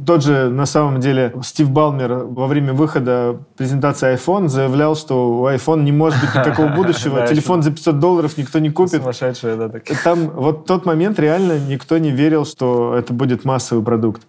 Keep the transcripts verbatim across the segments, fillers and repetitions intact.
Тот же, на самом деле, Стив Балмер во время выхода презентации iPhone заявлял, что у iPhone не может быть никакого будущего, телефон за пятьсот долларов никто не купит. Сумасшедшие, да, так. Там вот тот момент реально никто не верил, что это будет массовый продукт.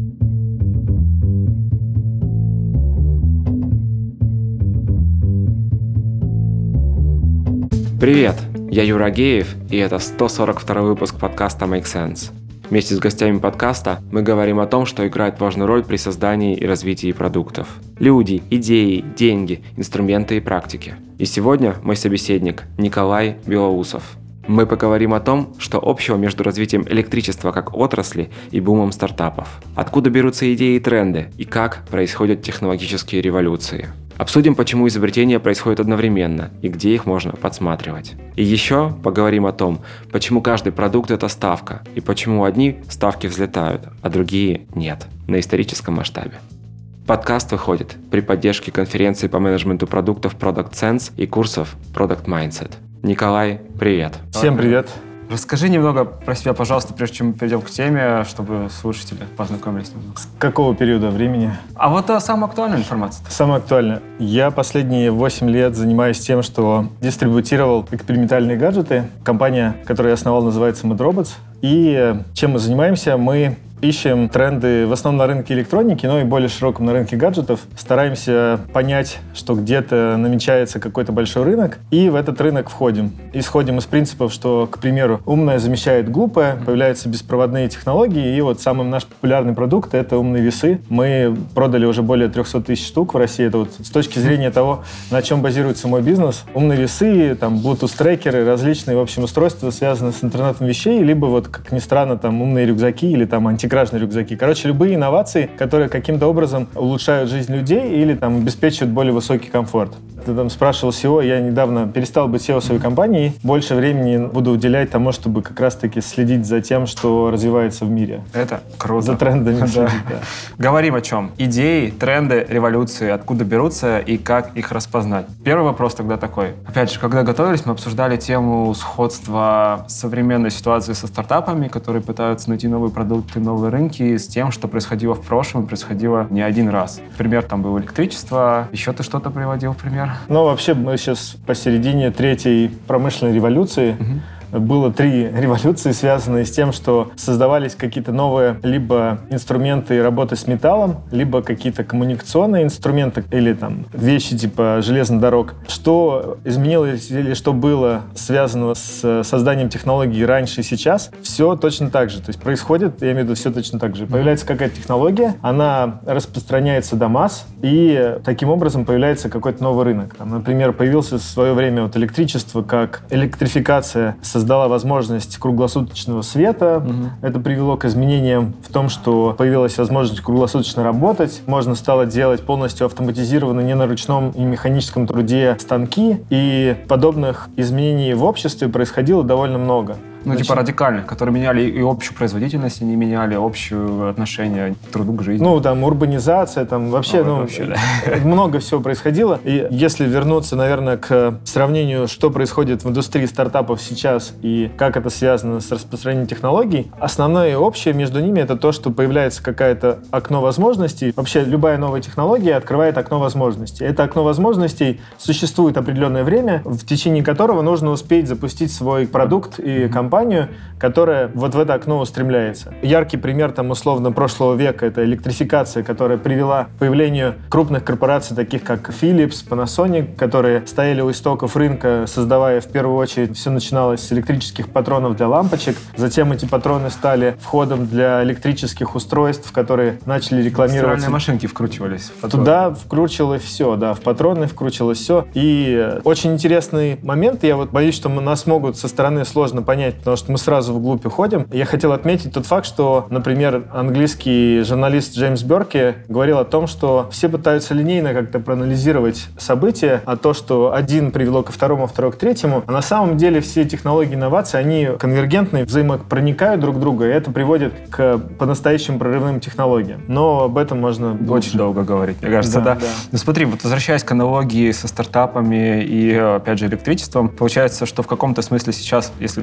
Привет, я Юра Геев, и это сто сорок второй выпуск подкаста Make Sense. Вместе с гостями подкаста мы говорим о том, что играет важную роль при создании и развитии продуктов. Люди, идеи, деньги, инструменты и практики. И сегодня мой собеседник Николай Белоусов. Мы поговорим о том, что общего между развитием электричества как отрасли и бумом стартапов. Откуда берутся идеи и тренды, и как происходят технологические революции. Обсудим, почему изобретения происходят одновременно и где их можно подсматривать. И еще поговорим о том, почему каждый продукт – это ставка, и почему одни ставки взлетают, а другие – нет, на историческом масштабе. Подкаст выходит при поддержке конференции по менеджменту продуктов Product Sense и курсов Product Mindset. Николай, привет. Всем привет. Расскажи немного про себя, пожалуйста, прежде чем мы перейдем к теме, чтобы слушатели познакомились немного. С какого периода времени? А вот а, самая актуальная информация. Самое актуальное. Я последние восемь лет занимаюсь тем, что дистрибутировал экспериментальные гаджеты. Компания, которую я основал, называется MadRobots. И чем мы занимаемся? Мы ищем тренды в основном на рынке электроники, но и более широком на рынке гаджетов. Стараемся понять, что где-то намечается какой-то большой рынок, и в этот рынок входим. Исходим из принципов, что, к примеру, умное замещает глупое, появляются беспроводные технологии, и вот самый наш популярный продукт — это умные весы. Мы продали уже более триста тысяч штук в России. Это вот с точки зрения того, на чем базируется мой бизнес. Умные весы, там, Bluetooth-трекеры, различные, в общем, устройства, связанные с интернетом вещей, либо, вот, как ни странно, там, умные рюкзаки или там антикражные рюкзаки. Короче, любые инновации, которые каким-то образом улучшают жизнь людей или там обеспечивают более высокий комфорт. Ты там спрашивал си и о, я недавно перестал быть си и о своей компании, больше времени буду уделять тому, чтобы как раз-таки следить за тем, что развивается в мире. Это круто. За трендами следить, да. Говорим о чем? Идеи, тренды, революции, откуда берутся и как их распознать. Первый вопрос тогда такой. Опять же, когда готовились, мы обсуждали тему сходства современной ситуации со стартапами, которые пытаются найти новые продукты, новые рынки, с тем, что происходило в прошлом и происходило не один раз. Пример там был электричество. Еще ты что-то приводил в пример? Ну, вообще, мы сейчас посередине третьей промышленной революции. Угу. Было три революции, связанные с тем, что создавались какие-то новые либо инструменты работы с металлом, либо какие-то коммуникационные инструменты или там вещи типа железных дорог. Что изменилось или что было связано с созданием технологий раньше и сейчас, все точно так же. То есть происходит, я имею в виду, все точно так же. Появляется какая-то технология, она распространяется до масс, и таким образом появляется какой-то новый рынок. Там, например, появился в свое время вот электричество как электрификация создания дала возможность круглосуточного света. Угу. Это привело к изменениям в том, что появилась возможность круглосуточно работать. Можно стало делать полностью автоматизированные, не на ручном и механическом труде станки. И подобных изменений в обществе происходило довольно много. Ну, Значит, типа радикальных, которые меняли и общую производительность, и не меняли общее отношение к труду, к жизни. Ну, там, урбанизация, там вообще, О, ну, вообще да. много всего происходило. И если вернуться, наверное, к сравнению, что происходит в индустрии стартапов сейчас и как это связано с распространением технологий, основное и общее между ними — это то, что появляется какое-то окно возможностей. Вообще, любая новая технология открывает окно возможностей. Это окно возможностей существует определенное время, в течение которого нужно успеть запустить свой продукт и компанию, которая вот в это окно устремляется. Яркий пример там условно прошлого века — это электрификация, которая привела к появлению крупных корпораций, таких как Philips, Panasonic, которые стояли у истоков рынка, создавая в первую очередь, все начиналось с электрических патронов для лампочек. Затем эти патроны стали входом для электрических устройств, которые начали рекламироваться. Стиральные машинки вкручивались. Туда вкручивалось все, да, в патроны вкручивалось все. И очень интересный момент, я вот боюсь, что нас могут со стороны сложно понять, потому что мы сразу вглубь уходим. Я хотел отметить тот факт, что, например, английский журналист Джеймс Берки говорил о том, что все пытаются линейно как-то проанализировать события, а то, что один привело ко второму, второй к третьему, а на самом деле все технологии инноваций, они конвергентны, взаимопроникают друг в друга, и это приводит к по-настоящему прорывным технологиям. Но об этом можно очень долго говорить, мне кажется, да. да. да. Ну смотри, вот возвращаясь к аналогии со стартапами и, опять же, электричеством, получается, что в каком-то смысле сейчас, если тогда вот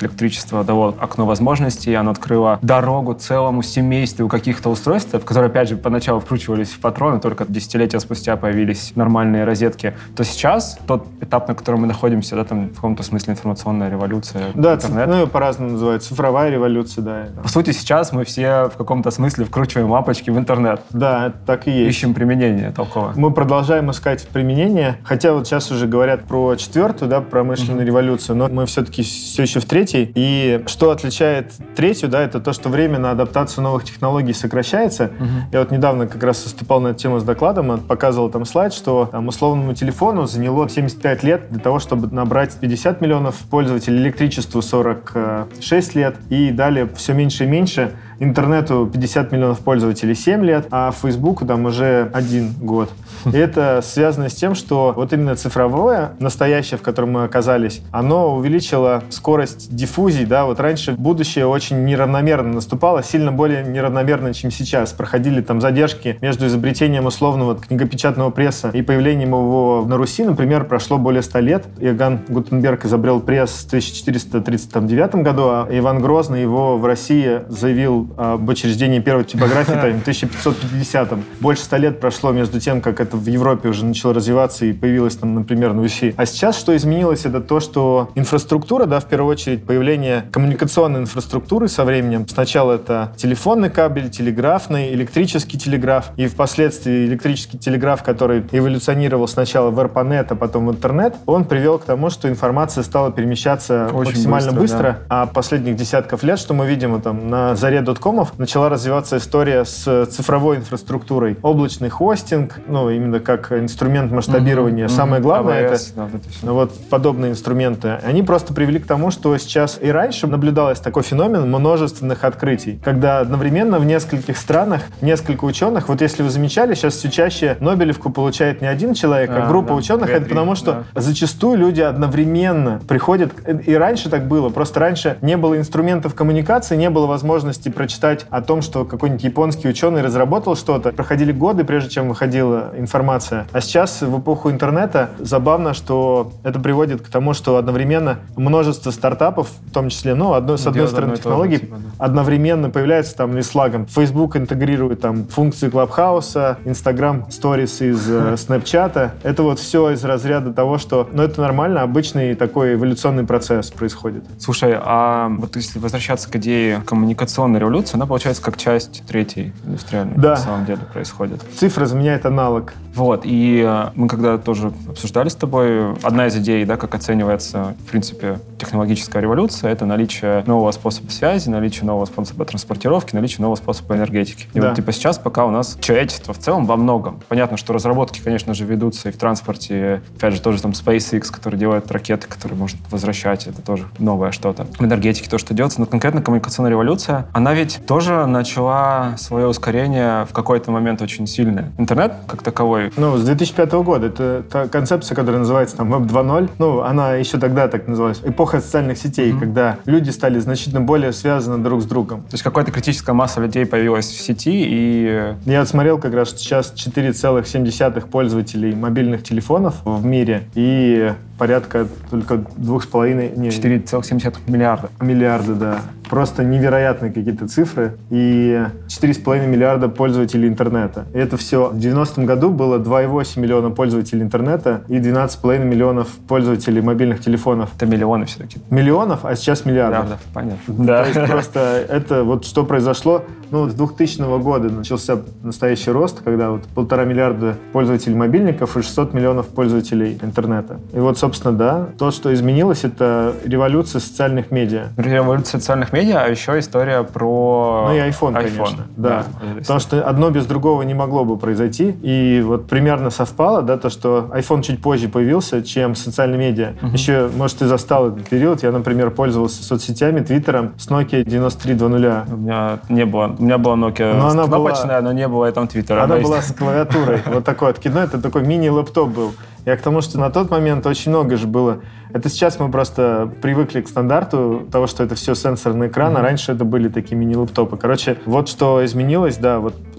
электричество дало окно возможностей, оно открыло дорогу целому семейству каких-то устройств, которые, опять же, поначалу вкручивались в патроны, только десятилетия спустя появились нормальные розетки, то сейчас тот этап, на котором мы находимся, да, там в каком-то смысле информационная революция, да, интернет. Ну, по-разному называется. Цифровая революция, да. По сути, сейчас мы все в каком-то смысле вкручиваем лампочки в интернет. Да, так и есть. Ищем применение толковое. Мы продолжаем искать применение, хотя вот сейчас уже говорят про четвертую, да, промышленную mm-hmm. революцию, но мы все-таки все еще в третьей. И что отличает третью, да, это то, что время на адаптацию новых технологий сокращается. Mm-hmm. Я вот недавно как раз выступал на эту тему с докладом, показывал там слайд, что там, условному телефону заняло семьдесят пять лет для того, чтобы набрать пятьдесят миллионов пользователей, электричеству сорок шесть лет, и далее все меньше и меньше. Интернету пятьдесят миллионов пользователей семь лет, а Фейсбуку там уже один год. И это связано с тем, что вот именно цифровое, настоящее, в котором мы оказались, оно увеличило скорость диффузии, да, вот раньше будущее очень неравномерно наступало, сильно более неравномерно, чем сейчас. Проходили там задержки между изобретением условного книгопечатного пресса и появлением его на Руси, например, прошло более ста лет. Иоганн Гутенберг изобрел пресс в тысяча четыреста тридцать девятом году, а Иван Грозный его в России заявил об учреждении первой типографии в тысяча пятьсот пятидесятом. Больше ста лет прошло между тем, как это в Европе уже начало развиваться и появилось там, например, на Руси. А сейчас что изменилось, это то, что инфраструктура, да, в первую очередь, появление коммуникационной инфраструктуры со временем. Сначала это телефонный кабель, телеграфный, электрический телеграф, и впоследствии электрический телеграф, который эволюционировал сначала в ARPANET, а потом в интернет, он привел к тому, что информация стала перемещаться очень максимально быстро, быстро да. А последних десятков лет, что мы видим там, на заре доткомов, начала развиваться история с цифровой инфраструктурой. Облачный хостинг, ну, именно как инструмент масштабирования. Mm-hmm. Самое главное, а вэ эс, это, да, вот подобные инструменты. Они просто привели к тому, что сейчас и раньше наблюдалось такой феномен множественных открытий, когда одновременно в нескольких странах несколько ученых, вот если вы замечали, сейчас все чаще Нобелевку получает не один человек, а, а группа да, ученых. Это потому, что да. зачастую люди одновременно приходят, и раньше так было, просто раньше не было инструментов коммуникации, не было возможности прочитать о том, что какой-нибудь японский ученый разработал что-то. Проходили годы, прежде чем выходила информация. А сейчас, в эпоху интернета, забавно, что это приводит к тому, что одновременно множество стартапов, в том числе, ну, одной, с одной стороны, технологий, типа, да. одновременно появляются там лислагом. Facebook интегрирует там функции Клабхауса, Instagram Stories из э, Snapchat. Это вот все из разряда того, что, ну, это нормально, обычный такой эволюционный процесс происходит. Слушай, а вот если возвращаться к идее коммуникационной революции, она получается как часть третьей индустриальной, да. на самом деле, происходит. Цифра заменяет аналог. Вот, и мы когда тоже обсуждали с тобой, одна из идей, да, как оценивается, в принципе, технологическая революция, это наличие нового способа связи, наличие нового способа транспортировки, наличие нового способа энергетики. И да. вот, типа, сейчас пока у нас человечество в целом во многом. Понятно, что разработки, конечно же, ведутся и в транспорте, опять же, тоже там SpaceX, который делает ракеты, которые можно возвращать, это тоже новое что-то. В энергетике то, что делается, но конкретно коммуникационная революция, она ведь тоже начала свое ускорение в какой-то момент очень сильное. Интернет, как таковой. Ну, с две тысячи пятого года. Это та концепция, которая называется там веб два ноль. Ну, она еще тогда так называлась. Эпоха социальных сетей, mm-hmm. когда люди стали значительно более связаны друг с другом. То есть какая-то критическая масса людей появилась в сети и... Я вот смотрел как раз, что сейчас четыре целых семь десятых пользователей мобильных телефонов в мире и порядка только двух с половиной... четыре целых семь десятых миллиарда. Миллиарда, да. Просто невероятные какие-то цифры. И четыре с половиной миллиарда пользователей интернета. И это все. В девяностом году было два и восемь миллиона пользователей интернета и двенадцать с половиной миллионов пользователей мобильных телефонов. Это миллионы все-таки. Миллионов, а сейчас миллиардов. Миллиардов, понятно. Да. То есть просто это вот что произошло. Ну, с двухтысячного года начался настоящий рост, когда вот полтора миллиарда пользователей мобильников и шестьсот миллионов пользователей интернета. И вот, собственно, да, то, что изменилось, это революция социальных медиа. Революция социальных медиа, а еще история про... Ну и iPhone, iPhone. конечно. Да. да. Потому что одно без другого не могло бы произойти. И вот примерно совпало, да, то, что iPhone чуть позже появился, чем социальные медиа. Uh-huh. Еще, может, ты застал этот период. Я, например, пользовался соцсетями, твиттером с Nokia девяносто три два нуля. У меня не было. У меня была Nokia но она кнопочная, была... но не было там твиттера. Она была с клавиатурой. Вот такой откидной. Это такой мини-лэптоп был. Я к тому, что на тот момент очень много же было. Это сейчас мы просто привыкли к стандарту того, что это все сенсорный экран, mm-hmm. а раньше это были такие мини-лэптопы. Короче, вот что изменилось, да, вот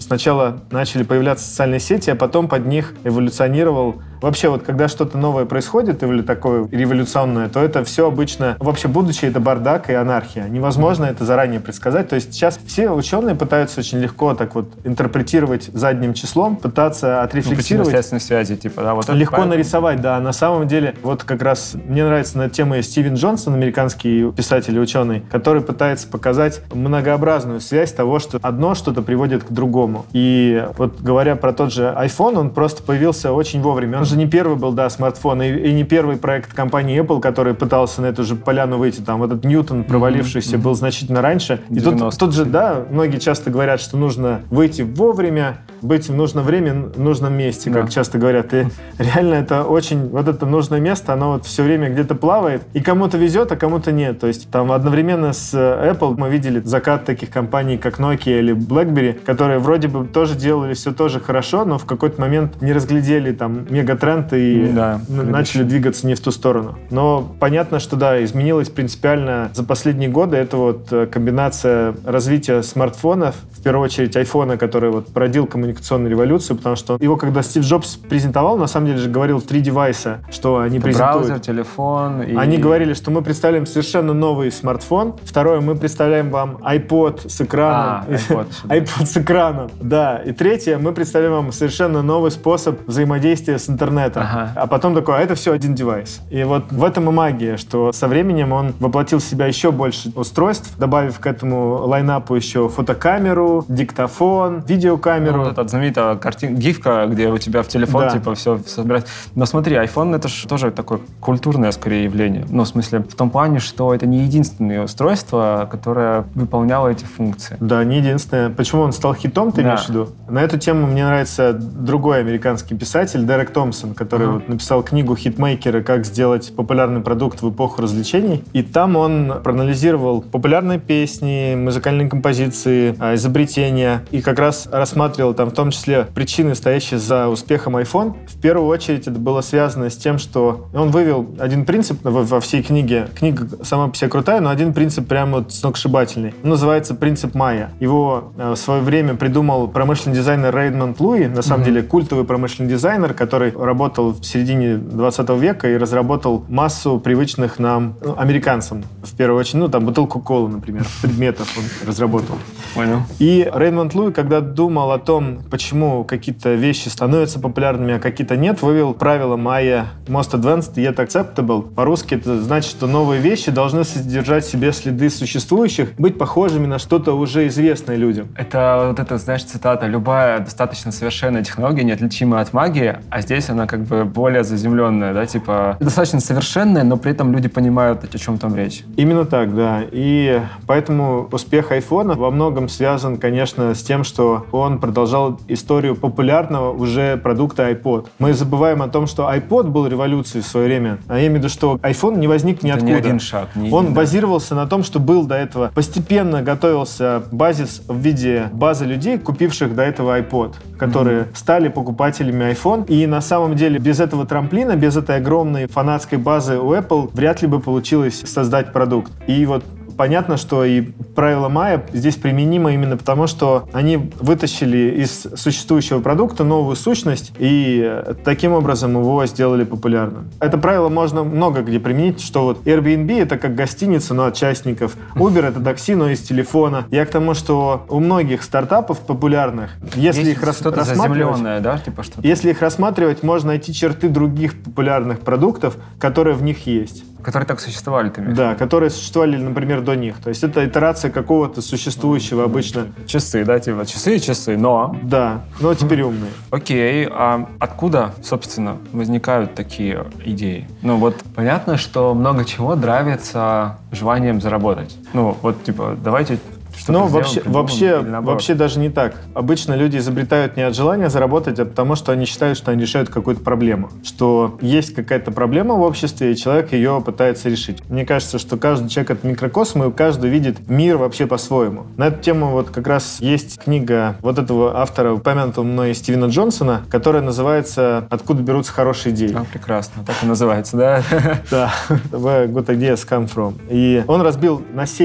сначала начали появляться социальные сети, а потом под них эволюционировал. Вообще, вот когда что-то новое происходит, или такое революционное, то это все обычно... Вообще, будущее — это бардак и анархия. Невозможно это заранее предсказать. То есть сейчас все ученые пытаются очень легко так вот интерпретировать задним числом, пытаться отрефлексировать. Ну, причинно-следственной связи, типа, да, вот это легко правильно. нарисовать, да. На самом деле, вот как раз мне нравится над темой Стивен Джонсон, американский писатель и ученый, который пытается показать многообразную связь того, что одно что-то приводит к другому. И вот говоря про тот же iPhone, он просто появился очень вовремя. Он же не первый был, да, смартфон, и, и не первый проект компании Apple, который пытался на эту же поляну выйти. Там вот этот Ньютон, провалившийся, mm-hmm. был значительно раньше. И тут, тут же, да, многие часто говорят, что нужно выйти вовремя, быть в нужное время, в нужном месте, как да. часто говорят. И реально это очень... Вот это нужное место, оно вот все время где-то плавает. И кому-то везет, а кому-то нет. То есть там одновременно с Apple мы видели закат таких компаний, как Nokia или BlackBerry, которые вроде бы тоже делали все тоже хорошо, но в какой-то момент не разглядели там мегатренд и да, начали двигаться не в ту сторону. Но понятно, что да, изменилось принципиально за последние годы. Это вот комбинация развития смартфонов, в первую очередь айфона, который вот породил коммуникационную революцию, потому что его, когда Стив Джобс презентовал, на самом деле же говорил три девайса, что они это презентуют. Браузер, телефон. И... Они говорили, что мы представляем совершенно новый смартфон. Второе, мы представляем вам iPod с экраном. А, iPod, iPod с экраном, да. И третье, мы представляем вам совершенно новый способ взаимодействия с интернетом. Ага. А потом такое, а это все один девайс. И вот в этом и магия, что со временем он воплотил в себя еще больше устройств, добавив к этому лайнапу еще фотокамеру, диктофон, видеокамеру. Ну, вот эта знаменитая картинка, гифка, где у тебя в телефон да. типа все собирать. Но смотри, iPhone — это же тоже такое культурное, скорее, явление. Ну, в смысле, в том плане, что это не единственное устройство, которое выполняло эти функции. Да, не единственное. Почему он стал хитом, ты да. имеешь в виду? На эту тему мне нравится другой американский писатель, Дерек Томпсон, который uh-huh. вот написал книгу «Хитмейкеры. Как сделать популярный продукт в эпоху развлечений». И там он проанализировал популярные песни, музыкальные композиции, изобретения. И как раз рассматривал там в том числе причины, стоящие за успехом iPhone. В первую очередь это было связано с тем, что он вывел один принцип во, во всей книге. Книга сама по себе крутая, но один принцип прямо вот сногсшибательный. Он называется принцип Майя. Его э, в свое время придумал промышленный дизайнер Реймонд Луи, на самом mm-hmm. деле культовый промышленный дизайнер, который работал в середине двадцатого века и разработал массу привычных нам, ну, американцам, в первую очередь, ну, там, бутылку колы, например, предметов он разработал. Понял. И Реймонд Луи, когда думал о том, почему какие-то вещи становятся популярными, а какие-то нет, вывел правило Майя Most Advanced Yet Acceptable. По-русски это значит, что новые вещи должны содержать в себе следы существующих, быть похожими на что-то уже известное людям. Это вот это, знаешь, цитата: любая достаточно совершенная технология неотличима от магии, а здесь она как бы более заземленная, да, типа достаточно совершенная, но при этом люди понимают, о чем там речь. Именно так, да. И поэтому успех айфона во многом связан, конечно, с тем, что он продолжал историю популярного уже продукта iPod. Мы забываем о том, что iPod был революцией в свое время, а я имею в виду, что iPhone не возник ниоткуда. Это не один шаг. Не он один, базировался да. на том, что был до этого. Постепенно готовился базис в виде базы людей, купивших до этого iPod, которые mm-hmm. стали покупателями iPhone. И на самом деле без этого трамплина, без этой огромной фанатской базы у Apple вряд ли бы получилось создать продукт. И вот понятно, что и правило Майя здесь применимо именно потому, что они вытащили из существующего продукта новую сущность и таким образом его сделали популярным. Это правило можно много где применить, что вот Airbnb — это как гостиница, но от частников. Uber — это такси, но из телефона. Я к тому, что у многих стартапов популярных, если есть их рас- что-то рассматривать, да, типа что-то. Если их рассматривать, можно найти черты других популярных продуктов, которые в них есть. Которые так существовали, ты имеешь? Да, которые существовали, например, до них. То есть это итерация какого-то существующего обычно. Часы, да, типа часы и часы, но... Да, но теперь умные. Окей, а откуда, собственно, возникают такие идеи? Ну вот понятно, что много чего драйвится желанием заработать. Ну вот типа давайте... Ну, вообще, вообще, вообще даже не так. Обычно люди изобретают не от желания заработать, а потому что они считают, что они решают какую-то проблему. Что есть какая-то проблема в обществе, и человек ее пытается решить. Мне кажется, что каждый человек — это микрокосм, и каждый видит мир вообще по-своему. На эту тему вот как раз есть книга вот этого автора, упомянутого мной Стивена Джонсона, которая называется «Откуда берутся хорошие идеи». А, прекрасно. Так и называется, да? Да. Where good ideas come from. И он разбил на семь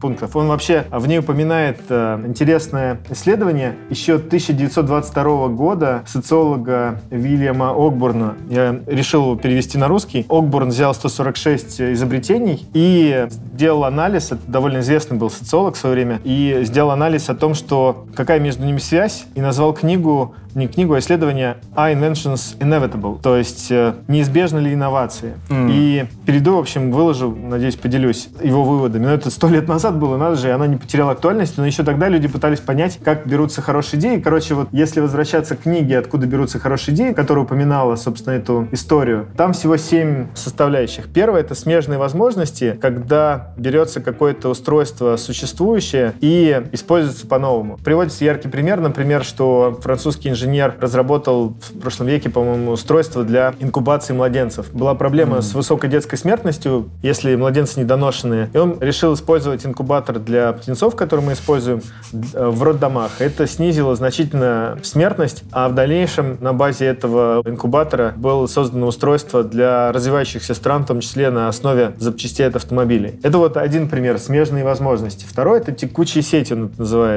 пунктов. Он вообще в ней упоминает э, интересное исследование еще тысяча девятьсот двадцать второго года социолога Вильяма Окборна. Я решил его перевести на русский. Окборн взял сто сорок шесть изобретений и сделал анализ, это довольно известный был социолог в свое время, и сделал анализ о том, что какая между ними связь, и назвал книгу, не книгу, а исследование «Are Inventions Inevitable?», то есть неизбежны ли инновации. Mm. И перейду, в общем, выложу, надеюсь, поделюсь его выводами. Но это сто лет назад было, надо же, и она не потеряла актуальности, но еще тогда люди пытались понять, как берутся хорошие идеи. Короче, вот если возвращаться к книге «Откуда берутся хорошие идеи», которая упоминала, собственно, эту историю, там всего семь составляющих. Первое — это смежные возможности, когда берется какое-то устройство существующее и используется по-новому. Приводится яркий пример, например, что французский инженер разработал в прошлом веке, по-моему, устройство для инкубации младенцев. Была проблема mm. с высокой детской смертностью, если младенцы недоношенные. И он решил использовать инкубатор для птенцов, который мы используем в роддомах. Это снизило значительно смертность, а в дальнейшем на базе этого инкубатора было создано устройство для развивающихся стран, в том числе на основе запчастей от автомобилей. Это вот один пример, смежные возможности. Второй — это текучие сети, он это называет,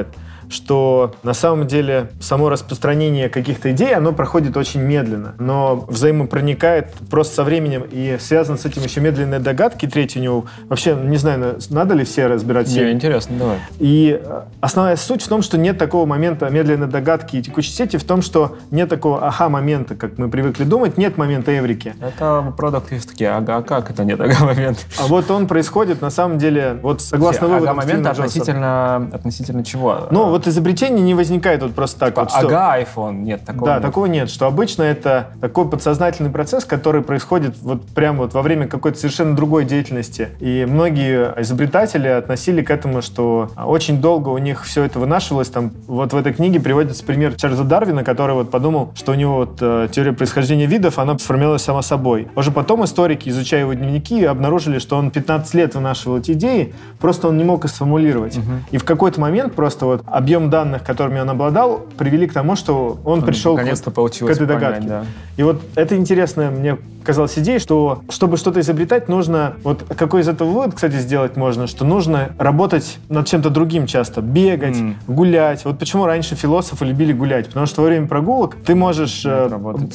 что на самом деле само распространение каких-то идей, оно проходит очень медленно, но взаимопроникает просто со временем, и связано с этим еще медленные догадки. Третий у него, вообще, не знаю, надо ли все разбирать сеть. Не, интересно, давай. И основная суть в том, что нет такого момента медленной догадки и текучей сети, в том, что нет такого ага-момента, как мы привыкли думать, нет момента эврики. Это продукт есть такие, ага, как это нет ага-момента? А вот он происходит, на самом деле, вот согласно выводам ага-момента относительно, относительно чего? Ну, вот изобретение не возникает вот просто так. Типа, вот, что... ага, iPhone, нет такого. Да, нет. такого нет, что обычно это такой подсознательный процесс, который происходит вот прямо вот во время какой-то совершенно другой деятельности. И многие изобретатели относили к этому, что очень долго у них все это вынашивалось. Там вот в этой книге приводится пример Чарльза Дарвина, который вот подумал, что у него вот э, теория происхождения видов, она сформировалась сама собой. Уже потом историки, изучая его дневники, обнаружили, что он пятнадцать лет вынашивал эти идеи, просто он не мог их сформулировать. Угу. И в какой-то момент просто вот объем данных, которыми он обладал, привели к тому, что он, он пришел к, вот, к этой догадке. Понять, да. И вот это интересная, мне казалась идея, что чтобы что-то изобретать, нужно... Вот какой из этого вывод, кстати, сделать можно, что нужно работать над чем-то другим часто. Бегать, mm. гулять. Вот почему раньше философы любили гулять. Потому что во время прогулок ты можешь... Э,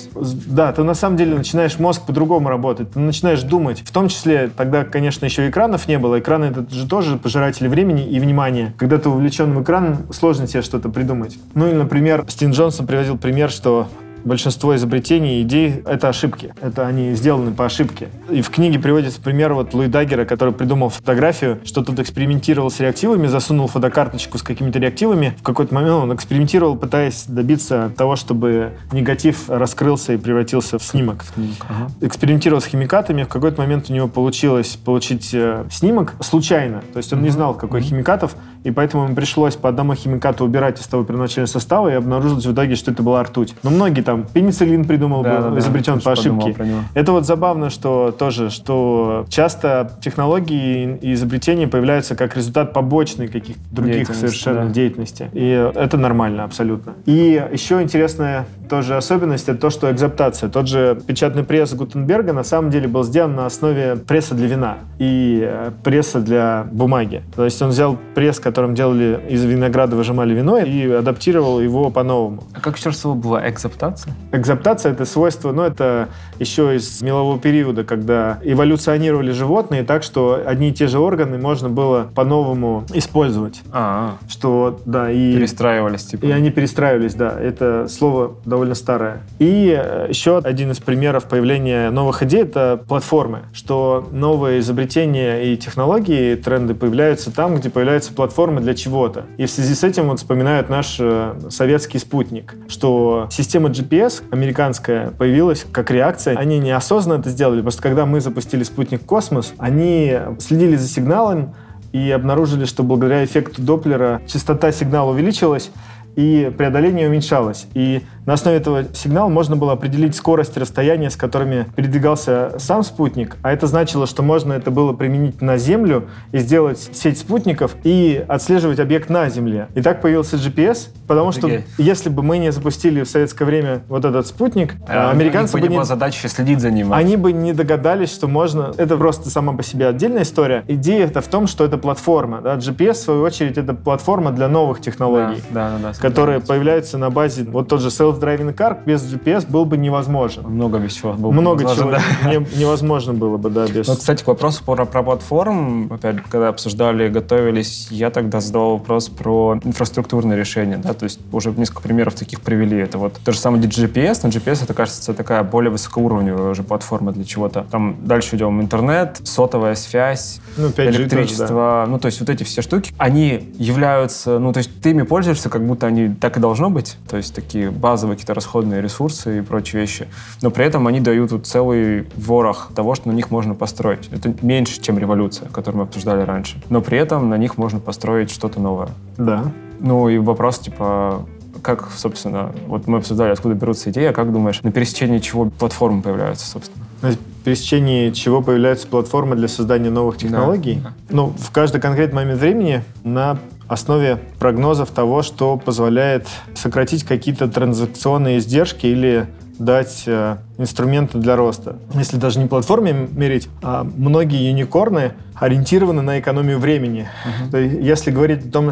да, ты на самом деле начинаешь мозг по-другому работать. Ты начинаешь думать. В том числе, тогда, конечно, еще экранов не было. Экраны — это же тоже пожиратели времени и внимания. Когда ты увлечен в экран, сложно себе что-то придумать. Ну или, например, Стив Джонсон приводил пример, что большинство изобретений и идей — это ошибки. Это они сделаны по ошибке. И в книге приводится пример вот Луи Даггера, который придумал фотографию, что тут экспериментировал с реактивами, засунул фотокарточку с какими-то реактивами. В какой-то момент он экспериментировал, пытаясь добиться того, чтобы негатив раскрылся и превратился в снимок. Ага. Экспериментировал с химикатами. В какой-то момент у него получилось получить э, снимок случайно. То есть он mm-hmm. не знал, какой mm-hmm. химикатов, и поэтому ему пришлось по одному химикату убирать из того первоначального состава, и обнаружилось в итоге, что это была ртуть. Но многие там пенициллин придумал, да, был да, изобретен да, по ошибке. Это вот забавно, что тоже, что часто технологии и изобретения появляются как результат побочный каких-то других совершенно да. деятельностей. И это нормально абсолютно. И еще интересная тоже особенность — это то, что экзаптация. Тот же печатный пресс Гутенберга на самом деле был сделан на основе пресса для вина и пресса для бумаги. То есть он взял пресс, которым делали из винограда, выжимали вино, и адаптировал его по-новому. А как еще раз слово было? Экзаптация? Экзаптация — это свойство, ну, это еще из мелового периода, когда эволюционировали животные так, что одни и те же органы можно было по-новому использовать. А-а-а. Что, да, и... Перестраивались, типа. И они перестраивались, да. Это слово довольно старое. И еще один из примеров появления новых идей — это платформы. Что новые изобретения и технологии, тренды появляются там, где появляются платформы для чего-то. И в связи с этим вот вспоминают наш э, советский спутник, что система джи пи эс американская появилась как реакция. Они неосознанно это сделали, потому что когда мы запустили спутник в космос, они следили за сигналом и обнаружили, что благодаря эффекту Доплера частота сигнала увеличилась и преодоление уменьшалось. И на основе этого сигнала можно было определить скорость и расстояние, с которыми передвигался сам спутник, а это значило, что можно это было применить на Землю и сделать сеть спутников и отслеживать объект на Земле. И так появился джи пи эс, потому что okay. если бы мы не запустили в советское время вот этот спутник, а, американцы бы не... была задача следить за ним. Они бы не догадались, что можно... Это просто сама по себе отдельная история. Идея это в том, что это платформа. Да? джи пи эс, в свою очередь, это платформа для новых технологий, да, да, да, да, которые появляются на базе... Вот тот же self-driving car без джи пи эс был бы невозможен. Много без чего было Много невозможно, чего да. не, невозможно было бы, да, без... Ну, кстати, к вопросу про, про платформ, опять, когда обсуждали, готовились, я тогда задавал вопрос про инфраструктурные решения, да, то есть уже несколько примеров таких привели. Это вот то же самое джи пи эс, но джи пи эс, это, кажется, такая более высокоуровневая уже платформа для чего-то. Там дальше идем интернет, сотовая связь, ну, электричество, тоже, да. ну, то есть вот эти все штуки, они являются, ну, то есть ты ими пользуешься, как будто они так и должно быть, то есть такие базовые какие-то расходные ресурсы и прочие вещи, но при этом они дают вот целый ворох того, что на них можно построить. Это меньше, чем революция, которую мы обсуждали раньше, но при этом на них можно построить что-то новое. Да. Ну и вопрос, типа, как, собственно, вот мы обсуждали, откуда берутся идеи, а как думаешь, на пересечении чего платформы появляются, собственно? На пересечении чего появляются платформы для создания новых технологий? Да. Ну, в каждый конкретный момент времени на основе прогнозов того, что позволяет сократить какие-то транзакционные издержки или дать э, инструменты для роста. Если даже не платформе мерить, а многие юникорны ориентированы на экономию времени. Uh-huh. То есть, если говорить о том,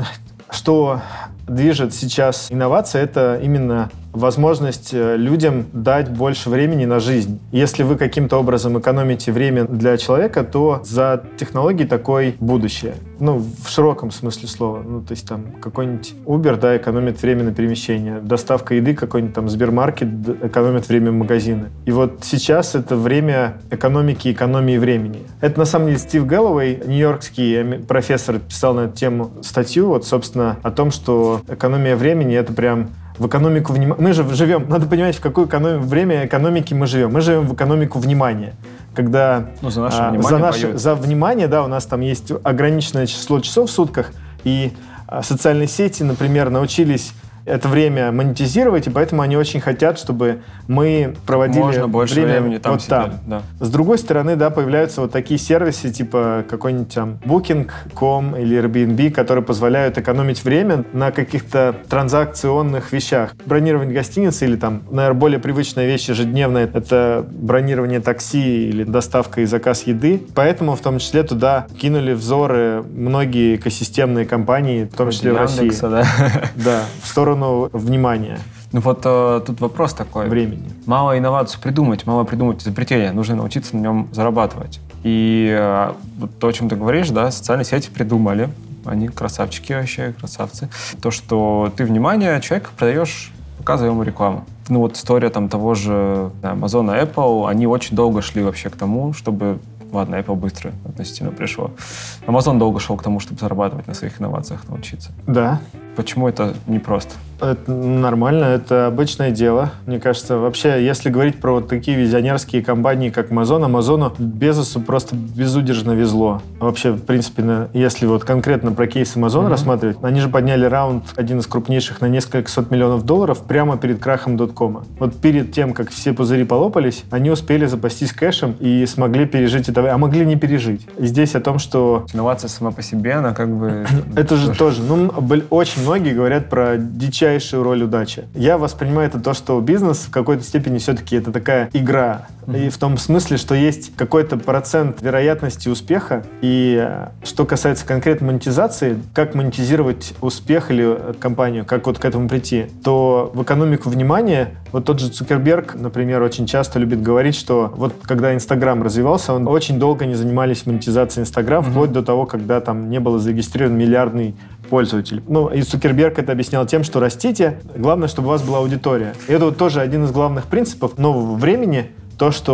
что движет сейчас инновация, это именно возможность людям дать больше времени на жизнь. Если вы каким-то образом экономите время для человека, то за технологией такое будущее. Ну, в широком смысле слова. Ну, то есть там какой-нибудь Uber, да, экономит время на перемещение. Доставка еды, какой-нибудь там Сбермаркет экономит время в магазины. И вот сейчас это время экономики, экономии времени. Это, на самом деле, Стив Гэллоуэй, нью-йоркский профессор, писал на эту тему статью, вот, собственно, о том, что экономия времени — это прям в экономику внимания. Мы же живем, надо понимать, в какое эконом... время экономики мы живем. Мы живем в экономику внимания. Когда ну, за наше а, внимание за, наше, за внимание, да, у нас там есть ограниченное число часов в сутках, и а, социальные сети, например, научились это время монетизировать, и поэтому они очень хотят, чтобы мы проводили Можно больше время времени там вот сидели, там. Да. С другой стороны, да, появляются вот такие сервисы, типа какой-нибудь там букинг точка ком или Airbnb, которые позволяют экономить время на каких-то транзакционных вещах. Бронирование гостиницы или там, наверное, более привычная вещь ежедневная — это бронирование такси или доставка и заказ еды. Поэтому в том числе туда кинули взоры многие экосистемные компании, в том числе Яндекса, в России. Да. Да, в сторону внимания. Ну вот э, тут вопрос такой. Времени. Мало инновацию придумать, мало придумать изобретения, нужно научиться на нем зарабатывать. И э, вот то, о чем ты говоришь, да, социальные сети придумали, они красавчики вообще, красавцы. То, что ты внимание человека продаешь, показывая ему рекламу. Ну вот история там того же да, Amazon и Apple, они очень долго шли вообще к тому, чтобы... Ладно, Apple быстро относительно пришло. Amazon долго шел к тому, чтобы зарабатывать на своих инновациях, научиться. Да. Почему это непросто? Это нормально, это обычное дело. Мне кажется, вообще, если говорить про вот такие визионерские компании, как Amazon, Амазону Безосу просто безудержно везло. Вообще, в принципе, на, если вот конкретно про кейс Amazon mm-hmm. рассматривать, они же подняли раунд, один из крупнейших, на несколько сот миллионов долларов прямо перед крахом доткома. Вот перед тем, как все пузыри полопались, они успели запастись кэшем и смогли пережить это, а могли не пережить. И здесь о том, что... Инновация сама по себе, она как бы... Это же тоже, ну, очень многие говорят про дичайшую роль удачи. Я воспринимаю это то, что бизнес в какой-то степени все-таки это такая игра. Mm-hmm. И в том смысле, что есть какой-то процент вероятности успеха. И что касается конкретной монетизации, как монетизировать успех или компанию, как вот к этому прийти, то в экономику внимания вот тот же Цукерберг, например, очень часто любит говорить, что вот когда Инстаграм развивался, он очень долго не занимались монетизацией Инстаграм, mm-hmm. вплоть до того, когда там не было зарегистрирован миллиардный пользователь. Ну, и Цукерберг это объяснял тем, что растите, главное, чтобы у вас была аудитория. И это вот тоже один из главных принципов нового времени, то, что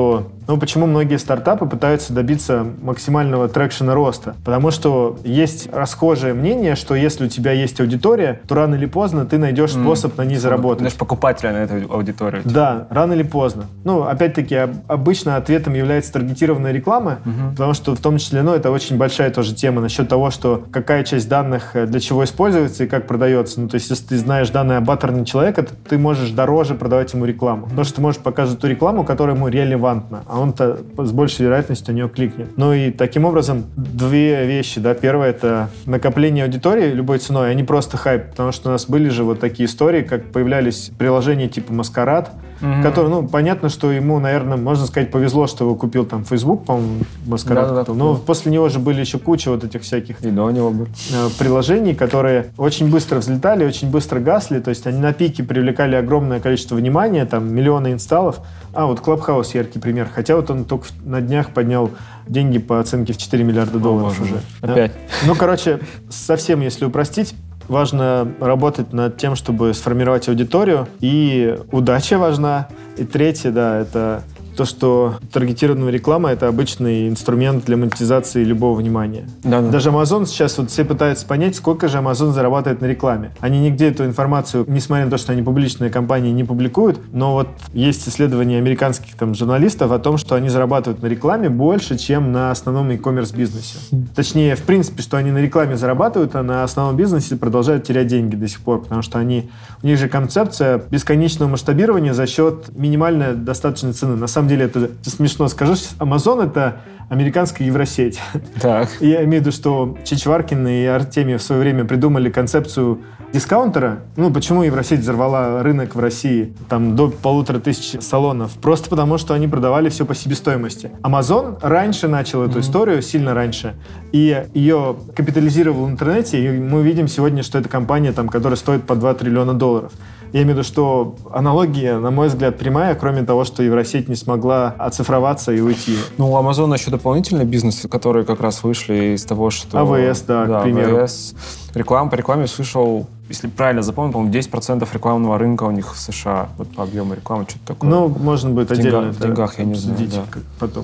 Ну, почему многие стартапы пытаются добиться максимального трекшена роста? Потому что есть расхожее мнение, что если у тебя есть аудитория, то рано или поздно ты найдешь mm. способ на ней заработать. Найдешь покупателя на эту аудиторию. Да, рано или поздно. Ну, опять-таки, обычно ответом является таргетированная реклама, mm-hmm. потому что в том числе, ну, это очень большая тоже тема насчет того, что какая часть данных для чего используется и как продается. Ну, то есть, если ты знаешь данные об паттерне человека, то ты можешь дороже продавать ему рекламу. Потому что ты можешь показывать ту рекламу, которая ему релевантна, а он-то с большей вероятностью на нее кликнет. Ну и таким образом две вещи, да. Первое — это накопление аудитории любой ценой, а не просто хайп, потому что у нас были же вот такие истории, как появлялись приложения типа Маскарад, mm-hmm. которые, ну, понятно, что ему, наверное, можно сказать, повезло, что его купил там Facebook, по-моему, Маскарад. Да, да, но да. После него же были еще куча вот этих всяких и до него были. приложений, которые очень быстро взлетали, очень быстро гасли, то есть они на пике привлекали огромное количество внимания, там миллионы инсталлов. А, вот Clubhouse яркий пример, хотя вот он только на днях поднял деньги по оценке в четыре миллиарда долларов. О, уже. Опять. Да? Ну, короче, совсем если упростить, важно работать над тем, чтобы сформировать аудиторию, и удача важна. И третье, да, это то, что таргетированная реклама — это обычный инструмент для монетизации любого внимания. Да, да. Даже Amazon сейчас вот все пытаются понять, сколько же Amazon зарабатывает на рекламе. Они нигде эту информацию, несмотря на то, что они публичные компании, не публикуют, но вот есть исследования американских там журналистов о том, что они зарабатывают на рекламе больше, чем на основном e-commerce бизнесе. Точнее, в принципе, что они на рекламе зарабатывают, а на основном бизнесе продолжают терять деньги до сих пор, потому что они, у них же концепция бесконечного масштабирования за счет минимальной достаточной цены. На самом деле, это, это смешно скажу, Amazon — это американская Евросеть. Так. Я имею в виду, что Чичваркин и Артемьев в свое время придумали концепцию дискаунтера. Ну, почему Евросеть взорвала рынок в России там до полутора тысяч салонов? Просто потому, что они продавали все по себестоимости. Amazon раньше начал эту mm-hmm. историю, сильно раньше, и ее капитализировал в интернете, и мы видим сегодня, что это компания, там, которая стоит по два триллиона долларов. Я имею в виду, что аналогия, на мой взгляд, прямая, кроме того, что Евросеть не смогла оцифроваться и уйти. Ну, у Амазона еще дополнительные бизнесы, которые как раз вышли из того, что... АВС, да, да, к примеру. АВС. Реклама, по рекламе слышал, если правильно запомнил, по-моему, десять процентов рекламного рынка у них в США. Вот по объему рекламы, что-то такое. Ну, можно будет отдельно в деньгах, я не знаю, да. как потом.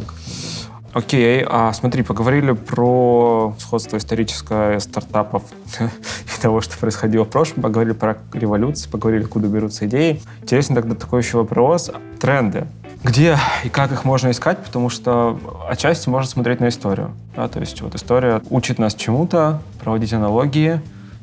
Окей, а смотри, поговорили про сходство историческое стартапов и того, что происходило в прошлом, поговорили про революцию, поговорили, откуда берутся идеи. Интересно тогда такой еще вопрос. Тренды. Где и как их можно искать? Потому что отчасти можно смотреть на историю. Да? То есть вот история учит нас чему-то, проводить аналогии,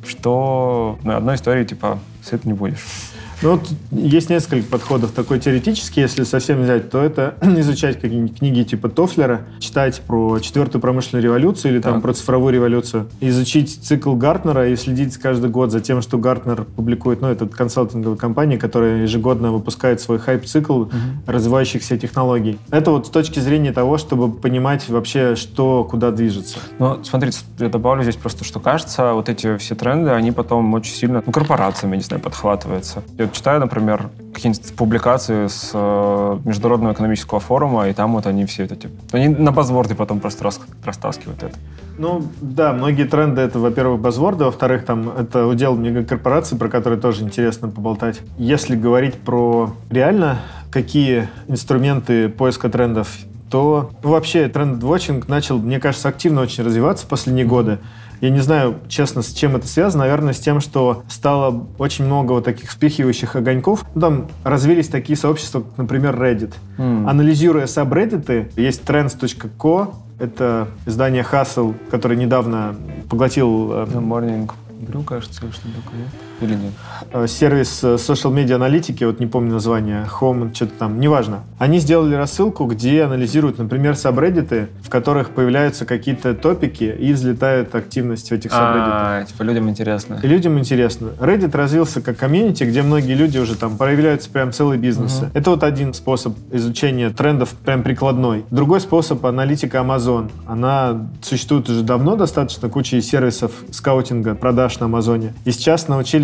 что на одной истории типа сыт не будешь. Ну, вот есть несколько подходов такой теоретический. Если совсем взять, то это изучать какие-нибудь книги типа Тофлера, читать про четвертую промышленную революцию или там так. про цифровую революцию, изучить цикл Гартнера и следить каждый год за тем, что Гартнер публикует. Ну, это консалтинговая компания, которая ежегодно выпускает свой хайп-цикл угу. развивающихся технологий. Это вот с точки зрения того, чтобы понимать вообще, что куда движется. Ну, смотрите, я добавлю здесь просто, что кажется, вот эти все тренды, они потом очень сильно, ну, корпорациями, не знаю, подхватываются. Читаю, например, какие-нибудь публикации с э, Международного экономического форума, и там вот они все это, типа, они на базворды потом просто рас, растаскивают это. Ну, да, многие тренды — это, во-первых, базворды, во-вторых, там, это удел мегакорпораций, про которые тоже интересно поболтать. Если говорить про реально, какие инструменты поиска трендов, то, ну, вообще, тренд-вотчинг начал, мне кажется, активно очень развиваться в последние годы. Я не знаю, честно, с чем это связано. Наверное, с тем, что стало очень много вот таких вспыхивающих огоньков. Ну, там развились такие сообщества, как, например, Reddit. Mm. Анализируя сабреддиты, есть трендс точка ко, это издание Hustle, который недавно поглотил... The Morning Brew, кажется, или что-то такое. Или нет? Сервис social media аналитики, вот не помню название, Home, что-то там, неважно. Они сделали рассылку, где анализируют, например, сабреддиты, в которых появляются какие-то топики и взлетает активность в этих сабреддитах. А, типа людям интересно. И людям интересно. Reddit развился как комьюнити, где многие люди уже там проявляются прям целые бизнесы. Uh-huh. Это вот один способ изучения трендов прям прикладной. Другой способ — аналитика Amazon. Она существует уже давно достаточно, куча сервисов скаутинга, продаж на Амазоне. И сейчас научились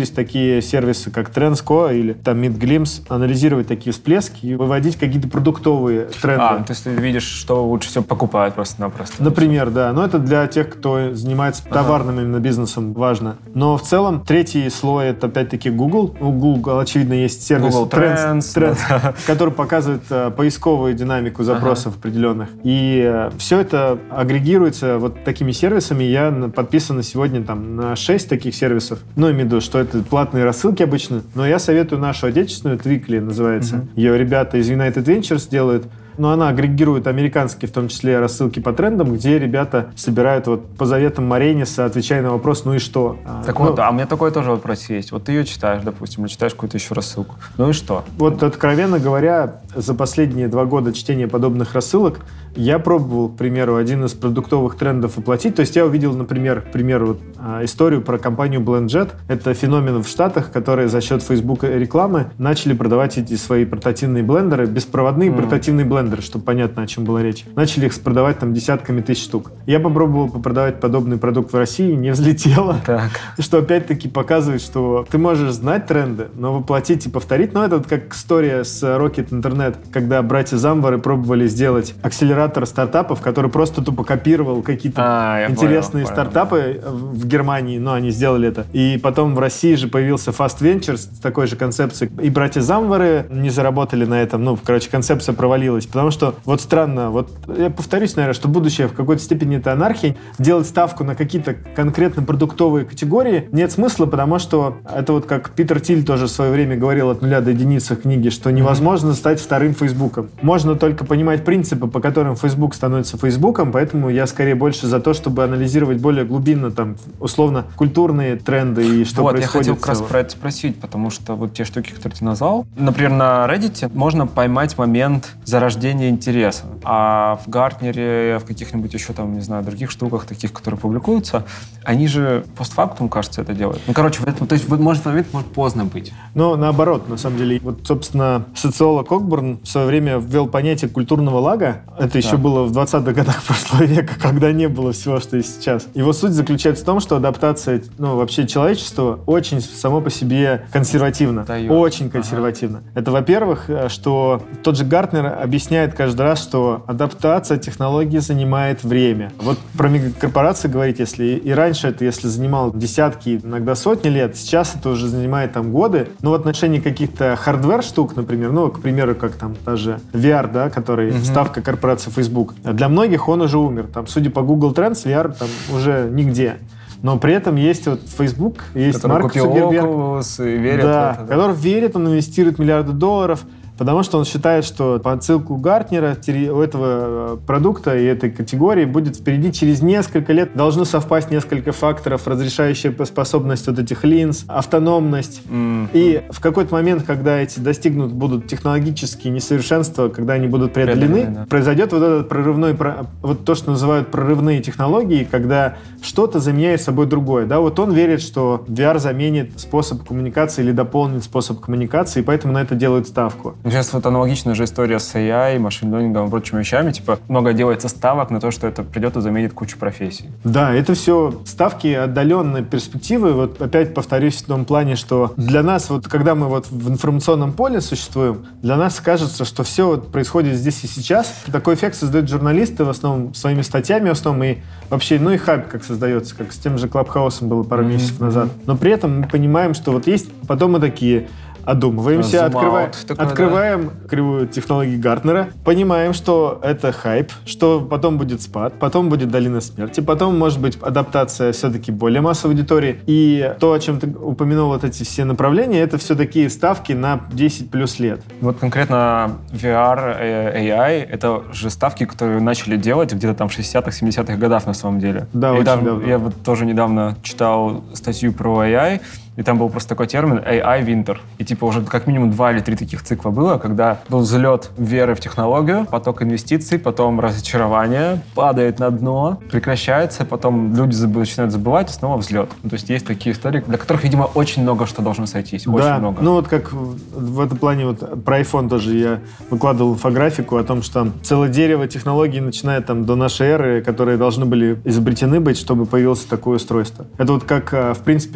научились такие сервисы, как Trendsco или там MidGlimpse, анализировать такие всплески и выводить какие-то продуктовые тренды. А, то есть ты видишь, что лучше всего покупают просто-напросто. Например, да. Но это для тех, кто занимается ага. товарным именно бизнесом, важно. Но в целом третий слой — это опять-таки Google. У Google, очевидно, есть сервис Google Trends, Trends, да. который показывает uh, поисковую динамику запросов ага. определенных. И uh, все это агрегируется вот такими сервисами. Я подписан сегодня там на шесть таких сервисов. Ну, имею в виду, что это платные рассылки обычно. Но я советую нашу отечественную, Twikly называется. Mm-hmm. Ее ребята из United Ventures делают. Но она агрегирует американские, в том числе, рассылки по трендам, где ребята собирают вот по заветам Марениса, отвечая на вопрос «ну и что?». Так ну, вот, а у меня такой тоже вопрос есть. Вот ты ее читаешь, допустим, или читаешь какую-то еще рассылку. Ну и что? Вот, откровенно говоря, за последние два года чтения подобных рассылок я пробовал, к примеру, один из продуктовых трендов воплотить. То есть я увидел, например, к примеру, историю про компанию BlendJet. Это феномен в Штатах, которые за счет Facebook рекламы начали продавать эти свои портативные блендеры, беспроводные mm. портативные блендеры, чтобы понятно, о чем была речь. Начали их продавать там десятками тысяч штук. Я попробовал продавать подобный продукт в России, не взлетело. Так. Что опять-таки показывает, что ты можешь знать тренды, но воплотить и повторить. Но это вот как история с Rocket Internet, когда братья Замвары пробовали сделать акселератор стартапов, который просто тупо копировал какие-то а, интересные понял, стартапы понял. в Германии, но они сделали это. И потом в России же появился Fast Ventures с такой же концепцией. И братья Замвары не заработали на этом. Ну, короче, концепция провалилась. Потому что, вот странно, вот я повторюсь, наверное, что будущее в какой-то степени это анархия. Делать ставку на какие-то конкретно продуктовые категории нет смысла, потому что это вот как Питер Тиль тоже в свое время говорил от нуля до единицы в книге, что невозможно стать вторым Фейсбуком. Можно только понимать принципы, по которым Facebook становится Фейсбуком, поэтому я скорее больше за то, чтобы анализировать более глубинно, там, условно, культурные тренды и что вот, происходит. Вот, я хотел как раз про это спросить, потому что вот те штуки, которые ты назвал, например, на Reddit можно поймать момент зарождения интереса, а в Гартнере, в каких-нибудь еще там, не знаю, других штуках, таких, которые публикуются, они же постфактум, кажется, это делают. Ну, короче, в этом, то есть, может, момент может поздно быть. Ну, наоборот, на самом деле. Вот, собственно, социолог Кокбурн в свое время ввел понятие культурного лага. Это да. еще было в двадцатых годах прошлого века, когда не было всего, что есть сейчас. Его суть заключается в том, что адаптация, ну, вообще человечества очень само по себе консервативно. Дает. Очень консервативно. Ага. Это, во-первых, что тот же Гартнер объясняет каждый раз, что адаптация технологий занимает время. Вот про мегакорпорации говорить, если и раньше это, если занимало десятки, иногда сотни лет, сейчас это уже занимает там годы. Но в отношении каких-то хардвер-штук, например, ну, к примеру, как там даже ви ар, да, который угу. ставка корпорации Facebook. Для многих он уже умер. Там, судя по Google Trends, ви ар там уже нигде. Но при этом есть вот Facebook, есть который Марк Цукерберг, верит да, в это, да. который верит, он инвестирует миллиарды долларов, потому что он считает, что по отсылку Гартнера у этого продукта и этой категории будет впереди через несколько лет. Должно совпасть несколько факторов, разрешающая способность вот этих линз, автономность. Mm-hmm. И в какой-то момент, когда эти достигнут будут технологические несовершенства, когда они будут преодолены, да. произойдет вот этот прорывной, вот то, что называют прорывные технологии, когда что-то заменяет собой другое. Да, вот он верит, что ви ар заменит способ коммуникации или дополнит способ коммуникации, и поэтому на это делает ставку. Сейчас вот аналогичная же история с эй ай, машин-лернингом и прочими вещами. Типа много делается ставок на то, что это придет и заменит кучу профессий. Да, это все ставки отдаленной перспективы. Вот опять повторюсь в том плане, что для нас, вот когда мы вот в информационном поле существуем, для нас кажется, что все вот происходит здесь и сейчас. Такой эффект создают журналисты в основном своими статьями в основном и вообще, ну и хайп как создается, как с тем же Клабхаусом было пару mm-hmm. месяцев назад. Но при этом мы понимаем, что вот есть потом мы такие... Одумываемся, открываем, такое, открываем да. кривую технологии Гартнера, понимаем, что это хайп, что потом будет спад, потом будет долина смерти, потом может быть адаптация все-таки более массовой аудитории. И то, о чем ты упомянул, вот эти все направления, это все такие ставки на десять плюс лет. Вот конкретно ви ар, эй ай, это же ставки, которые начали делать где-то там в шестидесятых-семидесятых годах на самом деле. Да, и очень там, давно. Я вот тоже недавно читал статью про эй ай, и там был просто такой термин эй ай Winter. И типа уже как минимум два или три таких цикла было, когда был взлет веры в технологию, поток инвестиций, потом разочарование, падает на дно, прекращается, потом люди забы- начинают забывать, и снова взлет. Ну, то есть есть такие истории, для которых, видимо, очень много что должно сойтись. Очень да, много. Ну вот как в этом плане вот про iPhone тоже я выкладывал инфографику о том, что там целое дерево технологий, начиная там до нашей эры, которые должны были изобретены быть, чтобы появилось такое устройство. Это вот как, в принципе, вот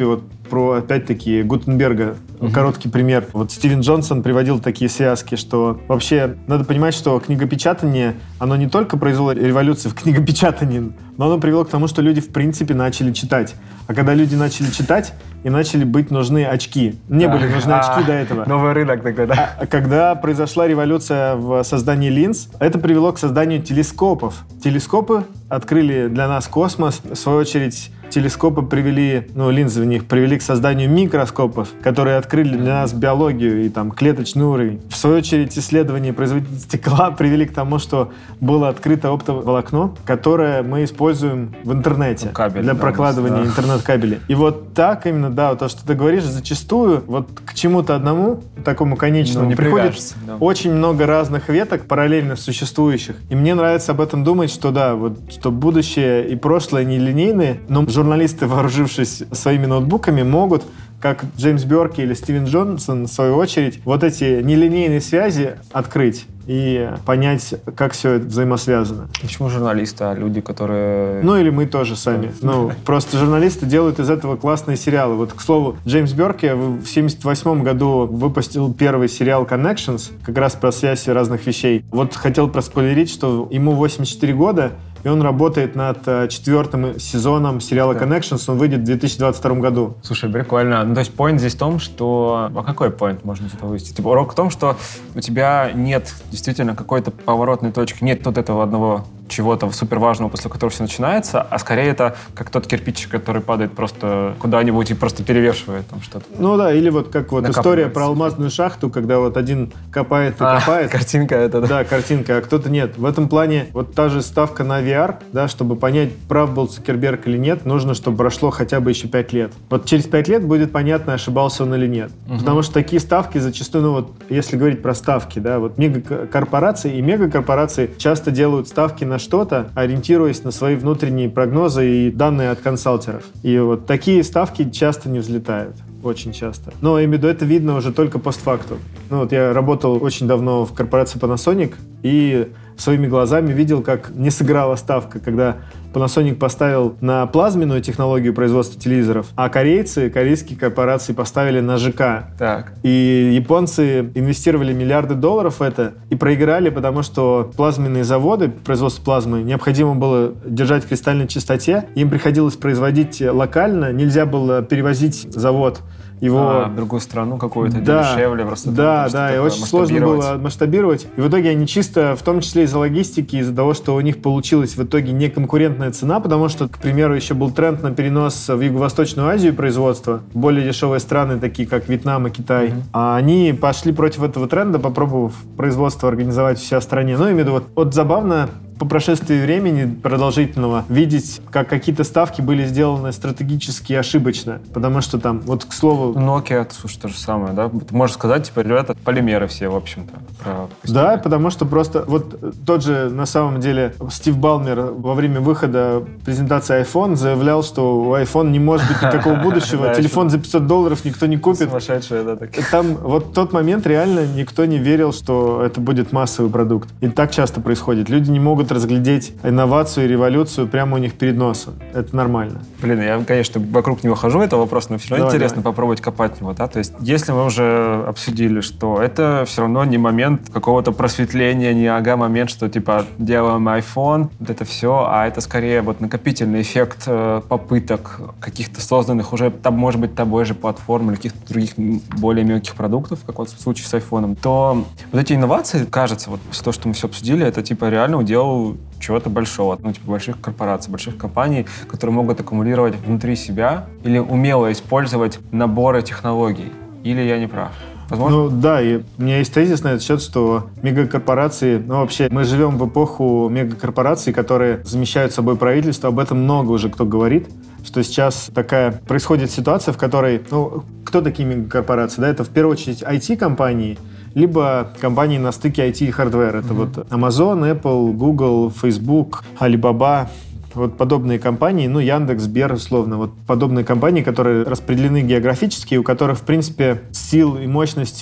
про, опять-таки, Гутенберга. Uh-huh. Короткий пример. Вот Стивен Джонсон приводил такие связки, что вообще надо понимать, что книгопечатание, оно не только произвело революцию в книгопечатании, но оно привело к тому, что люди, в принципе, начали читать. А когда люди начали читать, им начали быть нужны очки. Не были нужны очки до этого. Новый рынок такой, да? А когда произошла революция в создании линз, это привело к созданию телескопов. Телескопы открыли для нас космос. В свою очередь, телескопы привели, ну, линзы в них привели к созданию микроскопов, которые открыли для нас биологию и там клеточный уровень. В свою очередь, исследования производительности стекла привели к тому, что было открыто оптоволокно, которое мы используем в интернете Кабель, для да, прокладывания да. интернет-кабелей. И вот так именно, да, вот то, что ты говоришь, зачастую вот к чему-то одному, такому конечному, ну, не приходит да. очень много разных веток, параллельно существующих. И мне нравится об этом думать, что да, вот что будущее и прошлое нелинейные, но журналисты, вооружившись своими ноутбуками, могут, как Джеймс Бёрки или Стивен Джонсон, в свою очередь, вот эти нелинейные связи открыть и понять, как все это взаимосвязано. Почему журналисты, а люди, которые... Ну, или мы тоже сами. Ну, просто журналисты делают из этого классные сериалы. Вот, к слову, Джеймс Бёрки в семьдесят восьмом году выпустил первый сериал Connections, как раз про связь разных вещей. Вот хотел проспойлерить, что ему восемьдесят четыре года, и он работает над четвертым сезоном сериала Connections. Он выйдет в две тысячи двадцать втором году. Слушай, прикольно. Ну, то есть поинт здесь в том, что... А какой поинт можно из этого вывести? Типа урок в том, что у тебя нет действительно какой-то поворотной точки, нет вот этого одного чего-то суперважного, после которого все начинается, а скорее это как тот кирпичик, который падает просто куда-нибудь и просто перевешивает там что-то. Ну да, или вот как вот история про алмазную шахту, когда вот один копает и а, копает. Картинка это, да? Да, картинка, а кто-то нет. В этом плане вот та же ставка на ви ар, да, чтобы понять, прав был Цукерберг или нет, нужно, чтобы прошло хотя бы еще пять лет. Вот через пять лет будет понятно, ошибался он или нет. Угу. Потому что такие ставки зачастую, ну вот, если говорить про ставки, да, вот мегакорпорации и мегакорпорации часто делают ставки на что-то, ориентируясь на свои внутренние прогнозы и данные от консалтеров. И вот такие ставки часто не взлетают. Очень часто. Но я имею в виду, это видно уже только постфактум. Ну вот я работал очень давно в корпорации Panasonic и своими глазами видел, как не сыграла ставка, когда Panasonic поставил на плазменную технологию производства телевизоров, а корейцы, корейские корпорации поставили на ЖК. Так. И японцы инвестировали миллиарды долларов в это и проиграли, потому что плазменные заводы, производство плазмы, необходимо было держать в кристальной чистоте. Им приходилось производить локально, нельзя было перевозить завод его... А, в другую страну какую-то, да, дешевле просто. Да, да, и очень сложно было масштабировать. И в итоге они чисто, в том числе из-за логистики, из-за того, что у них получилась в итоге неконкурентная цена, потому что, к примеру, еще был тренд на перенос в Юго-Восточную Азию производства, более дешевые страны, такие как Вьетнам и Китай. Mm-hmm. А они пошли против этого тренда, попробовав производство организовать в всей стране. Ну, имею в виду, вот, вот забавно, по прошествии времени продолжительного видеть, как какие-то ставки были сделаны стратегически ошибочно. Потому что там, вот к слову... Nokia, слушай, то же самое, да? Ты можешь сказать, типа, ребята, полимеры все, в общем-то. Да, потому что просто вот тот же, на самом деле, Стив Балмер во время выхода презентации iPhone заявлял, что у iPhone не может быть никакого будущего, телефон за пятьсот долларов никто не купит. Сумасшедшие, да, так. Там вот в тот момент реально никто не верил, что это будет массовый продукт. И так часто происходит. Люди не могут разглядеть инновацию и революцию прямо у них перед носом. Это нормально. Блин, я, конечно, вокруг него хожу, это вопрос, но все равно давай, интересно давай. попробовать копать в него, да? То есть, если мы уже обсудили, что это все равно не момент какого-то просветления, не ага-момент, что, типа, делаем iPhone, вот это все, а это скорее вот накопительный эффект э, попыток каких-то созданных уже, там, может быть, тобой же платформ или каких-то других более мелких продуктов, как вот в случае с iPhone, то вот эти инновации, кажется, вот после того, что мы все обсудили, это, типа, реально удел чего-то большого, ну, типа больших корпораций, больших компаний, которые могут аккумулировать внутри себя или умело использовать наборы технологий. Или я не прав? Возможно? Ну да, и у меня есть тезис на этот счет, что мегакорпорации, ну вообще мы живем в эпоху мегакорпораций, которые замещают собой правительство, об этом много уже кто говорит, что сейчас такая происходит ситуация, в которой, ну, кто такие мегакорпорации, да, это в первую очередь ай ти-компании, либо компании на стыке ай ти и хардвер. Это mm-hmm. вот Amazon, Apple, Google, Facebook, Alibaba. Вот подобные компании, ну, Яндекс, Сбер, условно, вот подобные компании, которые распределены географически, у которых, в принципе, сил и мощности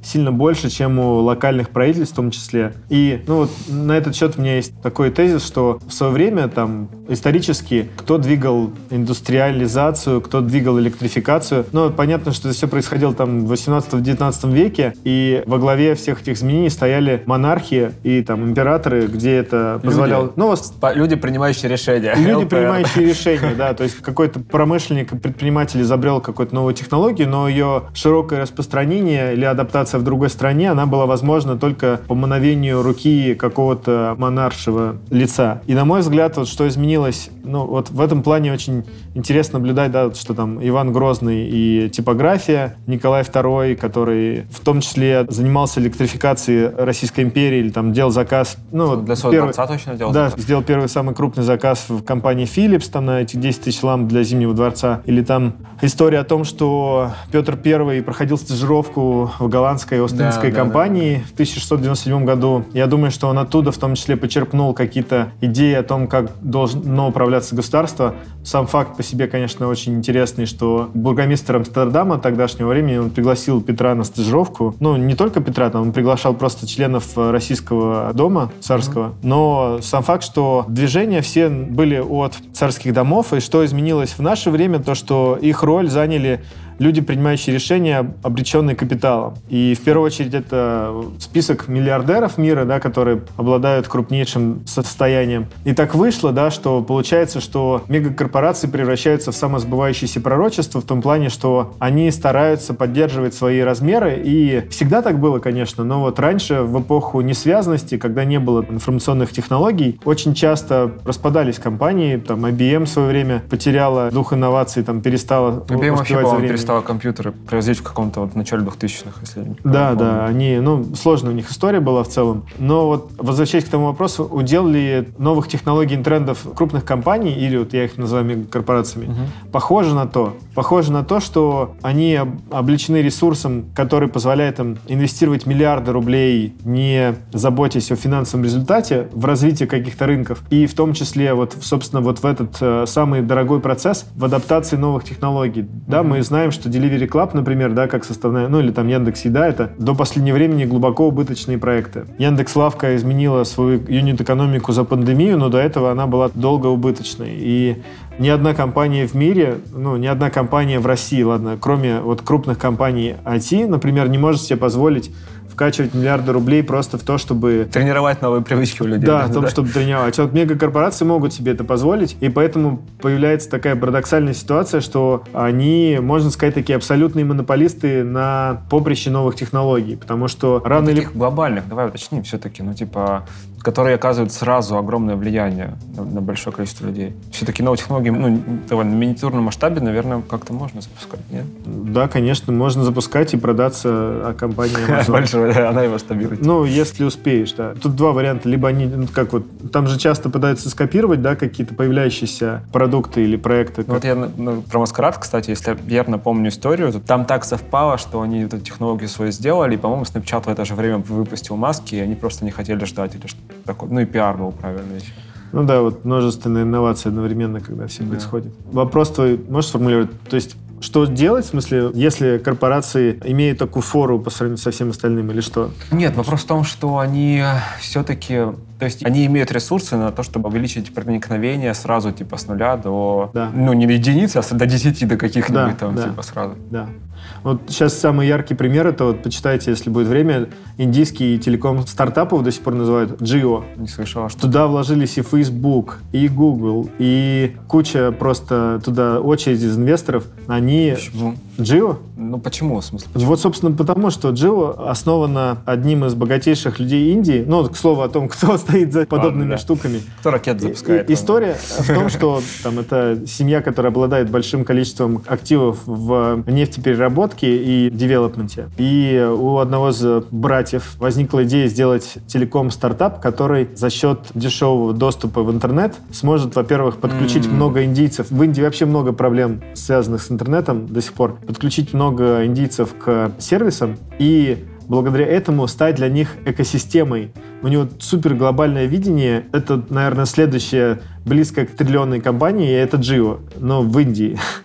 сильно больше, чем у локальных правительств в том числе. И ну, вот на этот счет у меня есть такой тезис, что в свое время там исторически кто двигал индустриализацию, кто двигал электрификацию. Ну, понятно, что это все происходило там в восемнадцатом-девятнадцатом веке, и во главе всех этих изменений стояли монархи и там императоры, где это позволяло... Люди, ну, вот, люди принимающие решения. Люди, принимающие решения, да. То есть какой-то промышленник, предприниматель изобрел какую-то новую технологию, но ее широкое распространение или адаптация в другой стране, она была возможна только по мановению руки какого-то монаршего лица. И, на мой взгляд, вот что изменилось, ну, вот в этом плане очень интересно наблюдать, да, что там Иван Грозный и типография, Николай второй, который в том числе занимался электрификацией Российской империи, или там делал заказ... Ну, для своего дворца точно делал да, заказ. сделал первый самый крупный заказ в компании Philips, там на этих десять тысяч ламп для Зимнего дворца. Или там история о том, что Петр Первый проходил стажировку в голландской Остинской да, компании да, да. в тысяча шестьсот девяносто седьмом году. Я думаю, что он оттуда в том числе почерпнул какие-то идеи о том, как должно управляться государство. Сам факт по себе, конечно, очень интересный, что бургомистр Амстердама тогдашнего времени он пригласил Петра на стажировку. Ну, не только Петра, там он приглашал просто членов Российского дома царского. Mm-hmm. Но сам факт, что движения все были от царских домов, и что изменилось в наше время, то, что их роль заняли люди, принимающие решения, обреченные капиталом. И в первую очередь это список миллиардеров мира, да, которые обладают крупнейшим состоянием. И так вышло, да, что получается, что мегакорпорации превращаются в самосбывающееся пророчество в том плане, что они стараются поддерживать свои размеры. И всегда так было, конечно, но вот раньше, в эпоху несвязности, когда не было информационных технологий, очень часто распадались компании. Там ай би эм в свое время потеряла дух инноваций, там перестала ай би эм вообще, за временем. Перестала компьютеры производить в каком-то вот начале двухтысячных, если я не Да, помню. да, они, ну, сложная у них история была в целом. Но вот, возвращаясь к тому вопросу, удел ли новых технологий и трендов крупных компаний, или вот я их называю мегакорпорациями, угу. похоже на то. Похоже на то, что они облечены ресурсом, который позволяет им инвестировать миллиарды рублей, не заботясь о финансовом результате, в развитие каких-то рынков. И в том числе, вот, собственно, вот в этот э, самый дорогой процесс в адаптации новых технологий. Да, угу. мы знаем, что Delivery Club, например, да, как составная, ну или там Яндекс.Еда, это до последнего времени глубоко убыточные проекты. Яндекс.Лавка изменила свою юнит-экономику за пандемию, но до этого она была долго убыточной. И ни одна компания в мире, ну, ни одна компания в России, ладно, кроме вот крупных компаний ай ти, например, не может себе позволить вкачивать миллиарды рублей просто в то, чтобы... Тренировать новые привычки у людей. Да, в том, да? чтобы тренировать. Вот мегакорпорации могут себе это позволить, и поэтому появляется такая парадоксальная ситуация, что они, можно сказать, такие абсолютные монополисты на поприще новых технологий, потому что рано ну, или... Таких глобальных, давай уточним все-таки, ну, типа... которые оказывают сразу огромное влияние на, на большое количество людей. Все-таки новые технологии, ну, довольно миниатюрном масштабе, наверное, как-то можно запускать, нет? Да, конечно, можно запускать и продаться, а компания Amazon. Большое, она его стабилит. Ну, если успеешь, да. Тут два варианта. Либо они, ну, как вот, там же часто пытаются скопировать, да, какие-то появляющиеся продукты или проекты. Ну, вот я ну, про Маскарад, кстати, если я верно помню историю, то там так совпало, что они эту технологию свою сделали, и, по-моему, Snapchat в это же время выпустил маски, и они просто не хотели ждать или что-то такое. Ну и пиар был правильный. Ну да, вот множественные инновации одновременно, когда все да. происходит. Вопрос твой можешь сформулировать? То есть что делать, в смысле, если корпорации имеют такую фору по сравнению со всем остальным, или что? Нет, вопрос в том, что они все-таки... То есть они имеют ресурсы на то, чтобы увеличить проникновение сразу типа с нуля до... Да. Ну, не до единицы, а до десяти, до каких-нибудь да, там да. типа сразу. Да. Вот сейчас самый яркий пример, это вот почитайте, если будет время, индийский телеком стартапов до сих пор называют Jio. Не слышал, что... Туда вложились и Facebook, и Google, и куча просто туда очередь из инвесторов. Они... Почему? Jio? Ну, почему, в смысле? Почему? Вот, собственно, потому что Jio основана одним из богатейших людей Индии. Ну, к слову о том, кто стоит за подобными а, да. штуками. Кто ракет запускает. И, история в том, что там это семья, которая обладает большим количеством активов в нефтепереработке и девелопменте. И у одного из братьев возникла идея сделать телеком-стартап, который за счет дешевого доступа в интернет сможет, во-первых, подключить mm-hmm. много индийцев. В Индии вообще много проблем, связанных с интернетом до сих пор. Подключить много индийцев к сервисам и благодаря этому стать для них экосистемой. У него супер глобальное видение. Это, наверное, следующая близкая к триллионной компании, и это Jio, но в Индии.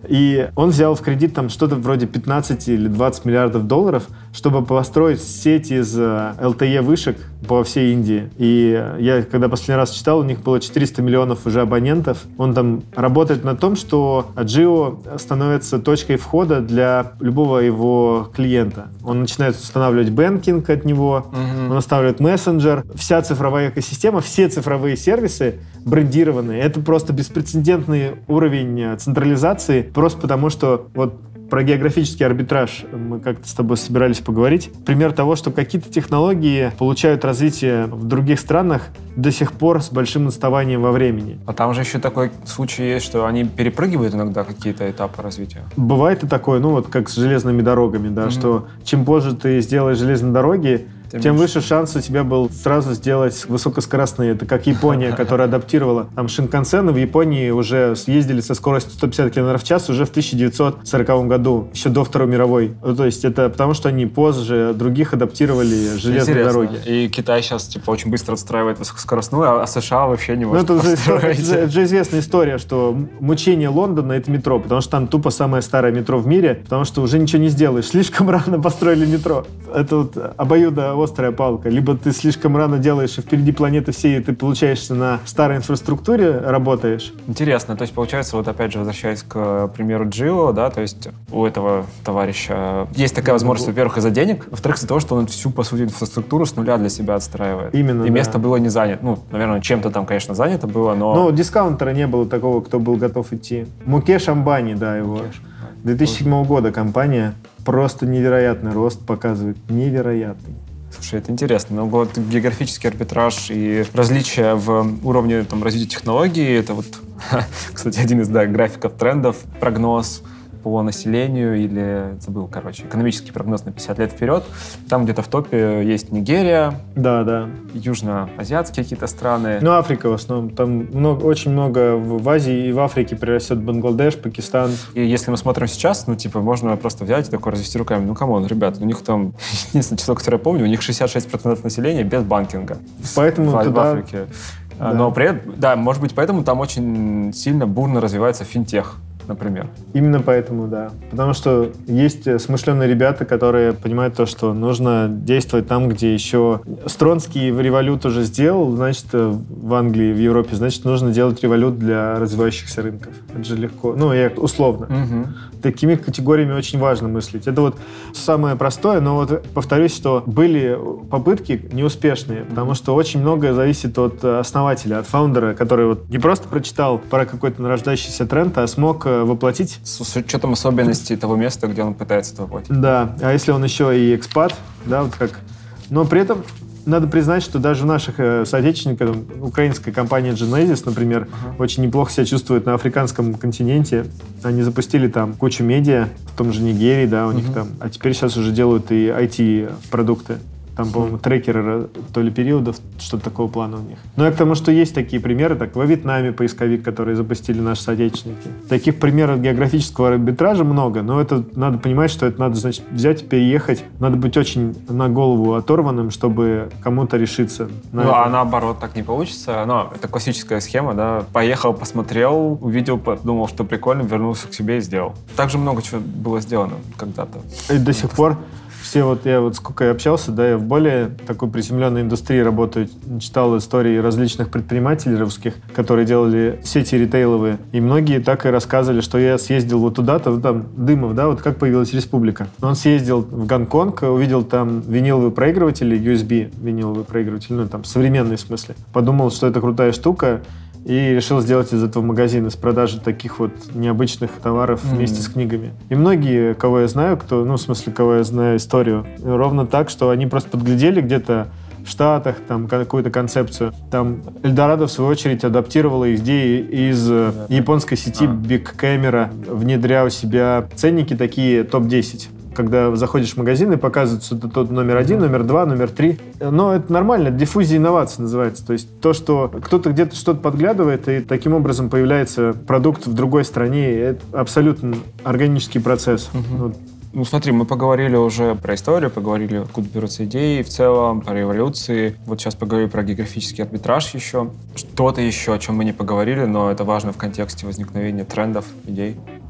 И он взял в кредит там что-то вроде пятнадцать или двадцать миллиардов долларов, чтобы построить сеть из эл ти и-вышек по всей Индии. И я, когда последний раз читал, у них было четыреста миллионов уже абонентов. Он там работает на том, что Jio становится точкой входа для любого его клиента. Он начинает устанавливать бэнкинг от него, mm-hmm. он устанавливает мессенджер. Вся цифровая экосистема, все цифровые сервисы брендированные. Это просто беспрецедентный уровень централизации, просто потому что вот про географический арбитраж мы как-то с тобой собирались поговорить. Пример того, что какие-то технологии получают развитие в других странах до сих пор с большим отставанием во времени. А там же еще такой случай есть, что они перепрыгивают иногда какие-то этапы развития. Бывает и такое, ну вот как с железными дорогами, да, mm-hmm. что чем позже ты сделаешь железные дороги, Тем, тем выше шанс у тебя был сразу сделать высокоскоростные. Это как Япония, которая адаптировала. Там шинкансены в Японии уже съездили со скоростью сто пятьдесят километров в час уже в тысяча девятьсот сороковом году, еще до Второй мировой. То есть это потому, что они позже других адаптировали железные Интересно. дороги. И Китай сейчас типа очень быстро отстраивает высокоскоростную, а США вообще не может ну, это, построить. Это, это же известная история, что мучение Лондона — это метро, потому что там тупо самое старое метро в мире, потому что уже ничего не сделаешь. Слишком рано построили метро. Это вот обоюдоострая палка. Либо ты слишком рано делаешь, и впереди планеты всей, и ты получаешься на старой инфраструктуре, работаешь. Интересно. То есть, получается, вот опять же, возвращаясь к примеру Jio, да, то есть у этого товарища есть такая возможность, во-первых, из-за денег, во-вторых, из-за того, что он всю, по сути, инфраструктуру с нуля для себя отстраивает. Именно, И да. место было не занято. Ну, наверное, чем-то там, конечно, занято было, но... Ну, дискаунтера не было такого, кто был готов идти. Мукеш Амбани, да, его. две тысячи седьмого года компания. Просто невероятный рост показывает. Невероятный. Слушай, это интересно. Но вот географический арбитраж и различия в уровне там, развития технологий, это вот, кстати, один из да, графиков трендов, прогноз по населению или, забыл, короче, экономический прогноз на пятьдесят лет вперед. Там где-то в топе есть Нигерия, да, да. южноазиатские какие-то страны. Ну, Африка в основном. Там много, очень много в Азии и в Африке прирастет Бангладеш, Пакистан. И если мы смотрим сейчас, ну, типа, можно просто взять и такой развести руками. Ну, камон, ребят, у них там, единственное число, которое я помню, у них шестьдесят шесть процентов населения без банкинга. Поэтому в, туда... в Африке. Да. Но при этом, да, может быть, поэтому там очень сильно бурно развивается финтех, например. Именно поэтому, да. Потому что есть смышленые ребята, которые понимают то, что нужно действовать там, где еще Стронский револют уже сделал, значит, в Англии, в Европе, значит, нужно делать револют для развивающихся рынков. Это же легко. Ну, я условно. Угу. Такими категориями очень важно мыслить. Это вот самое простое, но вот повторюсь, что были попытки неуспешные, потому что очень многое зависит от основателя, от фаундера, который вот не просто прочитал про какой-то нарождающийся тренд, а смог воплотить. С, с учетом особенностей того места, где он пытается это воплотить. Да, а если он еще и экспат, да, вот как... Но при этом надо признать, что даже у наших э, соотечественников, украинская компания Genesis, например, uh-huh. очень неплохо себя чувствует на африканском континенте. Они запустили там кучу медиа, в том же Нигерии, да, у uh-huh. них там. А теперь сейчас уже делают и ай ти-продукты. Там, по-моему, трекеры то ли периодов, что-то такого плана у них. Но я к тому, что есть такие примеры, так во Вьетнаме поисковик, который запустили наши соотечественники. Таких примеров географического арбитража много, но это надо понимать, что это надо, значит, взять и переехать. Надо быть очень на голову оторванным, чтобы кому-то решиться. На ну, это. А наоборот так не получится. Но это классическая схема, да. Поехал, посмотрел, увидел, подумал, что прикольно, вернулся к себе и сделал. Также много чего было сделано когда-то. И до сих пор все вот, я вот сколько я общался, да, я в более такой приземленной индустрии работаю, читал истории различных предпринимателей русских, которые делали сети ритейловые, и многие так и рассказывали, что я съездил вот туда-то, вот там Дымов, да, вот как появилась Республика. Он съездил в Гонконг, увидел там виниловые проигрыватели, ю эс би виниловые проигрыватели, ну там современные в смысле, подумал, что это крутая штука, и решил сделать из этого магазин, из продажи таких вот необычных товаров mm-hmm. вместе с книгами. И многие, кого я знаю, кто, ну, в смысле, кого я знаю историю, ровно так, что они просто подглядели где-то в Штатах там какую-то концепцию. Там Эльдорадо, в свою очередь, адаптировала идеи из mm-hmm. японской сети ah. Big Camera, внедря у себя ценники такие топ десять. Когда заходишь в магазин и показывают, что это тот номер один, номер два, номер три. Но это нормально, это диффузия инноваций называется. То есть то, что кто-то где-то что-то подглядывает, и таким образом появляется продукт в другой стране, это абсолютно органический процесс. Угу. Вот. Ну смотри, мы поговорили уже про историю, поговорили, откуда берутся идеи в целом, про революции. Вот сейчас поговорим про географический арбитраж еще. Что-то еще, о чем мы не поговорили, но это важно в контексте возникновения трендов, идей.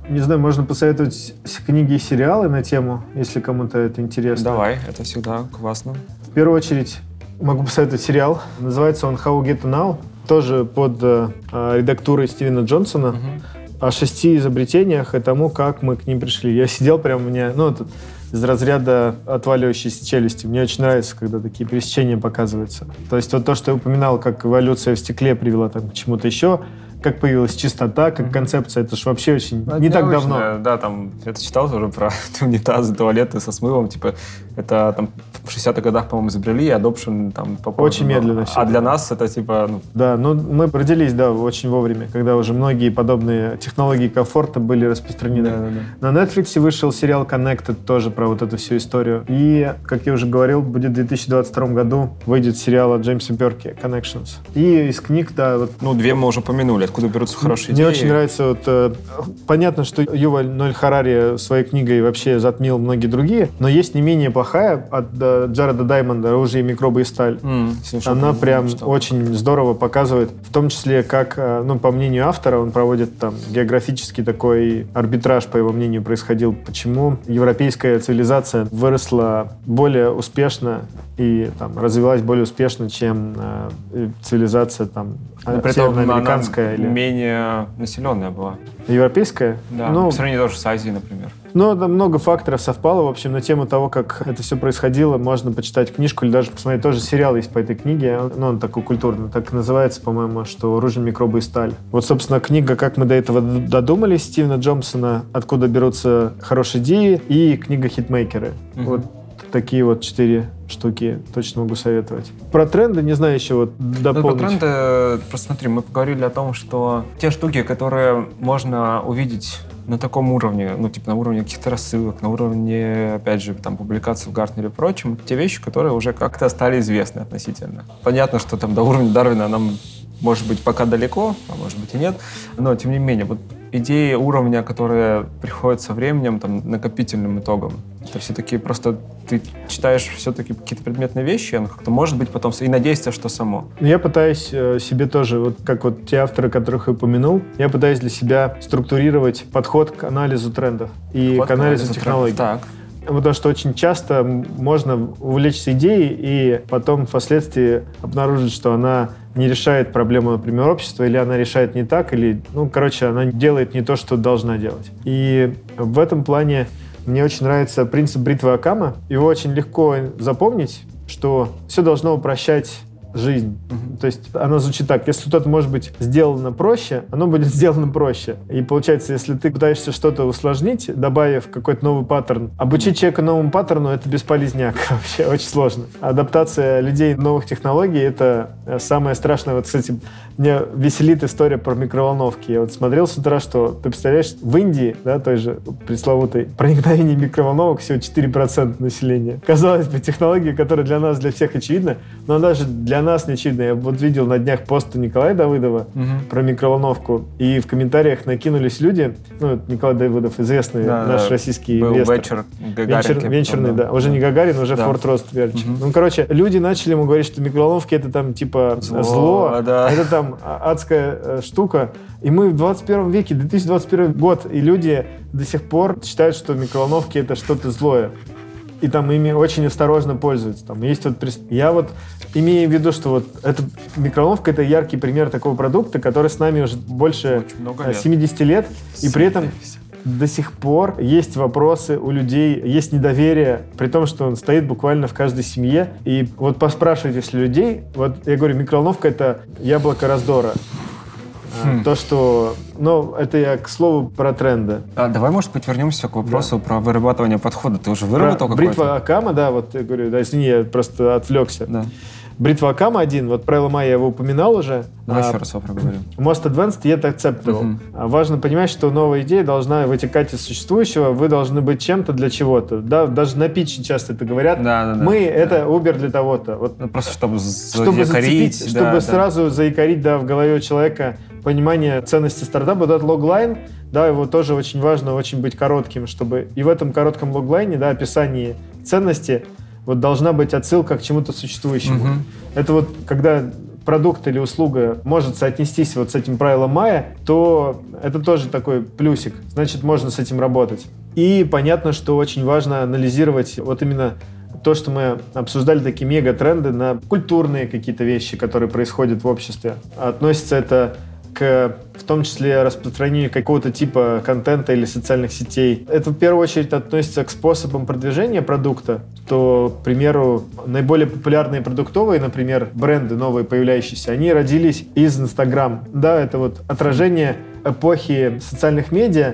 Не знаю, можно посоветовать книги и сериалы на тему, если кому-то это интересно. Давай, это всегда классно. В первую очередь могу посоветовать сериал. Называется он «How We Get To Now». Тоже под э, редактурой Стивена Джонсона. Uh-huh. О шести изобретениях и тому, как мы к ним пришли. Я сидел прямо, у меня, ну, это, из разряда отваливающейся челюсти. Мне очень нравится, когда такие пересечения показываются. То есть вот то, что я упоминал, как эволюция в стекле привела там, к чему-то еще, как появилась чистота, как концепция, это же вообще очень это не так необычно. давно. Да, там, я читал тоже про унитазы, туалеты со смывом, типа, это там в шестидесятых годах, по-моему, изобрели, и adoption там по поводу, очень медленно все. А для нас это типа... Ну... Да, ну мы родились, да, очень вовремя, когда уже многие подобные технологии комфорта были распространены. Да, да, да. На Netflix вышел сериал Connected тоже про вот эту всю историю. И, как я уже говорил, будет в две тысячи двадцать втором году выйдет сериал от Джеймса Перки Connections. И из книг, да, вот... Ну, две мы уже упомянули, откуда берутся хорошие Мне идеи. очень нравится, вот, э, понятно, что Юваль Ноэль Харари своей книгой вообще затмил многие другие, но есть не менее плохая от э, Джареда Даймонда «Оружие, микробы и сталь». Mm, слушай, Она ну, прям что? очень здорово показывает, в том числе, как, э, ну, по мнению автора, он проводит там географический такой арбитраж, по его мнению, происходил, почему европейская цивилизация выросла более успешно и там развилась более успешно, чем э, цивилизация там При североамериканская или менее населенная была. Европейская? Да, ну, по сравнению тоже с Азией, например. Ну, да, много факторов совпало. В общем, на тему того, как это все происходило, можно почитать книжку или даже посмотреть. Тоже сериал есть по этой книге. Ну, он такой культурный. Так и называется, по-моему, что «Оружие, микробы и сталь». Вот, собственно, книга «Как мы до этого додумались» Стивена Джонсона, «Откуда берутся хорошие идеи», и книга «Хитмейкеры». Mm-hmm. Вот такие вот четыре штуки точно могу советовать. Про тренды, не знаю, еще вот дополнить. Ну, про тренды, просто смотри, мы поговорили о том, что те штуки, которые можно увидеть на таком уровне, ну, типа на уровне каких-то рассылок, на уровне, опять же, там, публикаций в Гартнере и прочем, те вещи, которые уже как-то стали известны относительно. Понятно, что там до уровня Дарвина нам, может быть, пока далеко, а может быть и нет, но, тем не менее, вот идеи уровня, которые приходят со временем, там, накопительным итогом, это все-таки просто ты читаешь все-таки какие-то предметные вещи, оно как-то может быть потом и надеешься, что само. Я пытаюсь э, себе тоже, вот как вот те авторы, которых я упомянул, я пытаюсь для себя структурировать подход к анализу трендов и Подход к анализу, анализу технологий. Так. Потому что очень часто можно увлечься идеей и потом впоследствии обнаружить, что она не решает проблему, например, общества, или она решает не так, или, ну, короче, она делает не то, что должна делать. И в этом плане мне очень нравится принцип бритвы Оккама. Его очень легко запомнить, что все должно упрощать жизнь. Mm-hmm. То есть оно звучит так: если что-то может быть сделано проще, оно будет сделано проще. И получается, если ты пытаешься что-то усложнить, добавив какой-то новый паттерн, обучить человека новому паттерну — это бесполезняк вообще, очень сложно. Адаптация людей новых технологий — это самое страшное. Вот, кстати, меня веселит история про микроволновки. Я вот смотрел с утра, что, ты представляешь, в Индии, да, той же пресловутой, проникновение микроволновок всего четыре процента населения. Казалось бы, технология, которая для нас, для всех очевидна, но она же для нас не очевидна. Я вот видел на днях пост Николая Давыдова угу. про микроволновку, и в комментариях накинулись люди, ну, Николай Давыдов, известный да, наш да. российский был инвестор. Вечер, Гагарин, Венчур, венчурный, да. да. Уже да. не Гагарин, уже да. Форд Рост Верчик. Угу. Ну, короче, люди начали ему говорить, что микроволновки — это там типа зло, зло да. это там адская э, штука. И мы в двадцать первом веке, две тысячи двадцать первый год, и люди до сих пор считают, что микроволновки — это что-то злое. И там ими очень осторожно пользуются. Там есть вот... Я вот имею в виду, что вот эта микроволновка — это яркий пример такого продукта, который с нами уже больше лет. семьдесят лет, и при этом до сих пор есть вопросы у людей, есть недоверие, при том, что он стоит буквально в каждой семье. И вот поспрашивать, если людей... Вот я говорю, микроволновка — это яблоко раздора. Хм. То, что... Ну, это я, к слову, про тренды. А, давай, может быть, вернемся к вопросу да. про вырабатывание подхода. Ты уже выработал про какой-то? Бритва Оккама, да, вот я говорю, да, извини, я просто отвлекся. Да. Бритва Оккама один, вот правило Майя я его упоминал уже. Давай а, еще раз его проговорим. Most advanced yet acceptable. Uh-huh. А важно понимать, что новая идея должна вытекать из существующего, вы должны быть чем-то для чего-то. Да, даже на питче часто это говорят. Да, да, да. Мы — да. это Uber для того-то. Вот, ну, просто чтобы, чтобы заякорить. Зацепить, да, чтобы да. сразу заякорить да, в голове у человека понимание ценности стартапа. Вот этот логлайн, да, его тоже очень важно очень быть коротким, чтобы и в этом коротком логлайне, да, описании ценности, вот должна быть отсылка к чему-то существующему. Uh-huh. Это вот когда продукт или услуга может соотнестись вот с этим правилом Майя, то это тоже такой плюсик. Значит, можно с этим работать. И понятно, что очень важно анализировать вот именно то, что мы обсуждали, такие мегатренды на культурные какие-то вещи, которые происходят в обществе. Относится это к, в том числе, распространению какого-то типа контента или социальных сетей. Это в первую очередь относится к способам продвижения продукта, что, к примеру, наиболее популярные продуктовые, например, бренды новые появляющиеся, они родились из Инстаграм. Да, это вот отражение эпохи социальных медиа,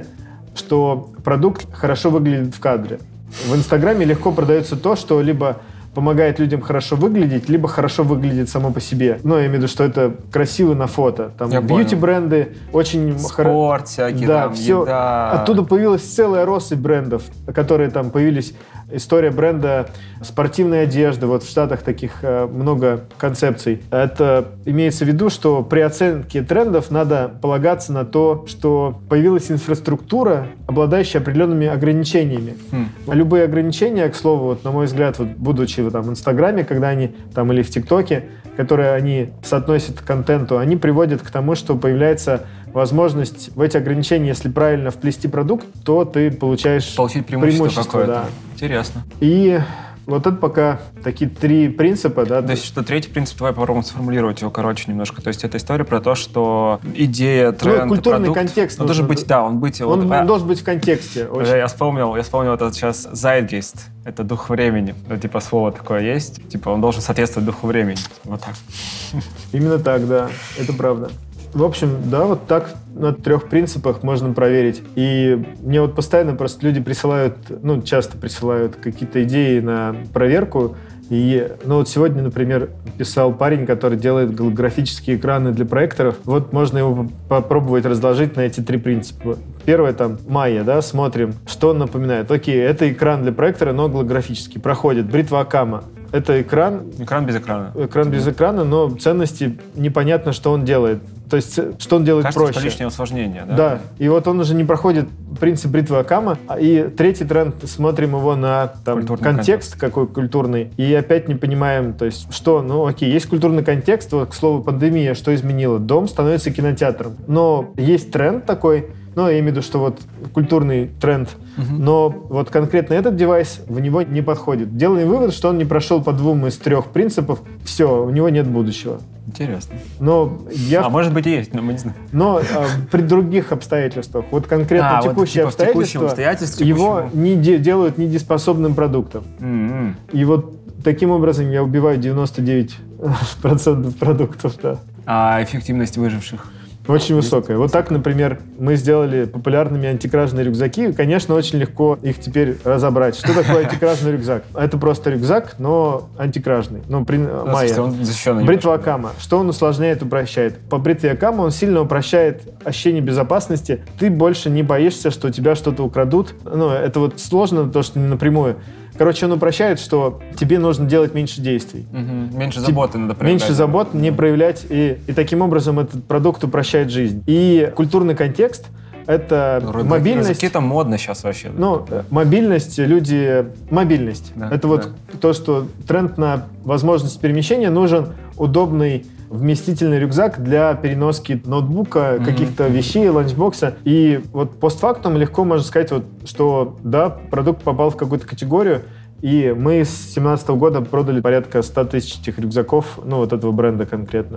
что продукт хорошо выглядит в кадре. В Инстаграме легко продается то, что либо помогает людям хорошо выглядеть, либо хорошо выглядит само по себе. Ну, я имею в виду, что это красиво на фото. Там бьюти-бренды очень... Спорт хоро... всякий, да, там, все. еда. Оттуда появилась целая россыпь брендов, которые там появились. История бренда спортивной одежды. Вот в Штатах таких э, много концепций. Это имеется в виду, что при оценке трендов надо полагаться на то, что появилась инфраструктура, обладающая определенными ограничениями. Mm. А любые ограничения, к слову, вот, на мой взгляд, вот, будучи вот, там, в Инстаграме, когда они там или в ТикТоке, которые они соотносят к контенту, они приводят к тому, что появляется возможность в эти ограничения, если правильно вплести продукт, то ты получаешь получить преимущество, преимущество какое-то. Да. Интересно. И вот это пока такие три принципа. Да, то есть, что третий принцип, давай попробуем сформулировать его короче немножко. То есть, это история про то, что идея, тренд, ну, культурный продукт, контекст. Он должен быть, да, он быть... Он, вот, он должен быть в контексте. Очень. Я вспомнил, я вспомнил это сейчас Zeitgeist. Это дух времени. Ну, типа, слово такое есть. Типа, он должен соответствовать духу времени. Вот так. Именно так, да. Это правда. В общем, да, вот так на трех принципах можно проверить. И мне вот постоянно просто люди присылают, ну, часто присылают какие-то идеи на проверку. И, ну, вот сегодня, например, писал парень, который делает голографические экраны для проекторов. Вот можно его попробовать разложить на эти три принципа. Первое, там, Майя, да, смотрим, что он напоминает. Окей, это экран для проектора, но голографический. Проходит. Бритва Акама. Это экран... Экран без экрана. Экран без экрана, но ценности непонятно, что он делает. То есть, что он делает Кажется, проще. Кажется, лишнее усложнение, да? Да, и вот он уже не проходит принцип бритвы Акама. И третий тренд, смотрим его на там, контекст, контекст какой культурный, и опять не понимаем, то есть, что, ну окей, есть культурный контекст, вот, к слову, пандемия, что изменила? Дом становится кинотеатром. Но есть тренд такой, ну, я имею в виду, что вот культурный тренд, uh-huh. но вот конкретно этот девайс в него не подходит. Делаем вывод, что он не прошел по двум из трех принципов, все, у него нет будущего. Интересно. Но я... А может быть и есть, но мы не знаем. Но а, при других обстоятельствах, вот конкретно а, текущие вот, типа, обстоятельства, его не де- делают недееспособным продуктом. Mm-hmm. И вот таким образом я убиваю девяносто девять процентов продуктов, да. А эффективность выживших? Очень высокая. Вот так, например, мы сделали популярными антикражные рюкзаки. И, конечно, очень легко их теперь разобрать. Что такое антикражный рюкзак? Это просто рюкзак, но антикражный. Ну, при Майя. Бритва Акама. Что он усложняет, упрощает? По бритве Акама он сильно упрощает ощущение безопасности. Ты больше не боишься, что у тебя что-то украдут. Ну, это вот сложно, то, что не напрямую. Короче, он упрощает, что тебе нужно делать меньше действий. Угу. Меньше заботы надо проявлять. Меньше забот не проявлять. И, и таким образом этот продукт упрощает жизнь. И культурный контекст — это Рынок, мобильность. Рынки-то модно сейчас вообще. Ну, да. Мобильность, люди... Мобильность. Да, это вот да. то, что тренд на возможность перемещения нужен удобный вместительный рюкзак для переноски ноутбука, mm-hmm. каких-то вещей, ланчбокса. И вот постфактум легко можно сказать, вот, что да, продукт попал в какую-то категорию, и мы с две тысячи семнадцатого года продали порядка сто тысяч этих рюкзаков, ну, вот этого бренда конкретно.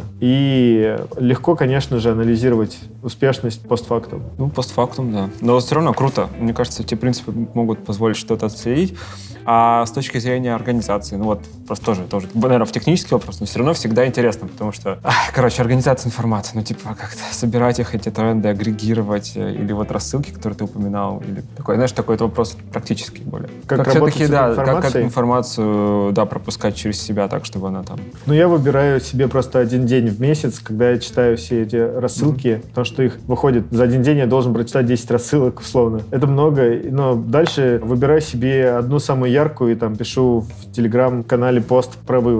И легко, конечно же, анализировать успешность постфактум. Ну, постфактум, да. Но все равно круто. Мне кажется, эти принципы могут позволить что-то отследить. А с точки зрения организации, ну вот, просто тоже, тоже, наверное, в технический вопрос, но все равно всегда интересно, потому что, короче, организация информации, ну, типа, как-то собирать их, эти тренды, агрегировать, или вот рассылки, которые ты упоминал, или такой, знаешь, такой это вопрос практический более. Как, как работать с да, информацией? Как, как информацию, да, пропускать через себя так, чтобы она там... Ну, я выбираю себе просто один день в месяц, когда я читаю все эти рассылки, mm-hmm. потому что их выходит за один день, я должен прочитать десять рассылок, условно. Это много, но дальше выбираю себе одну самую яркую и там пишу в телеграм-канале пост про вывод.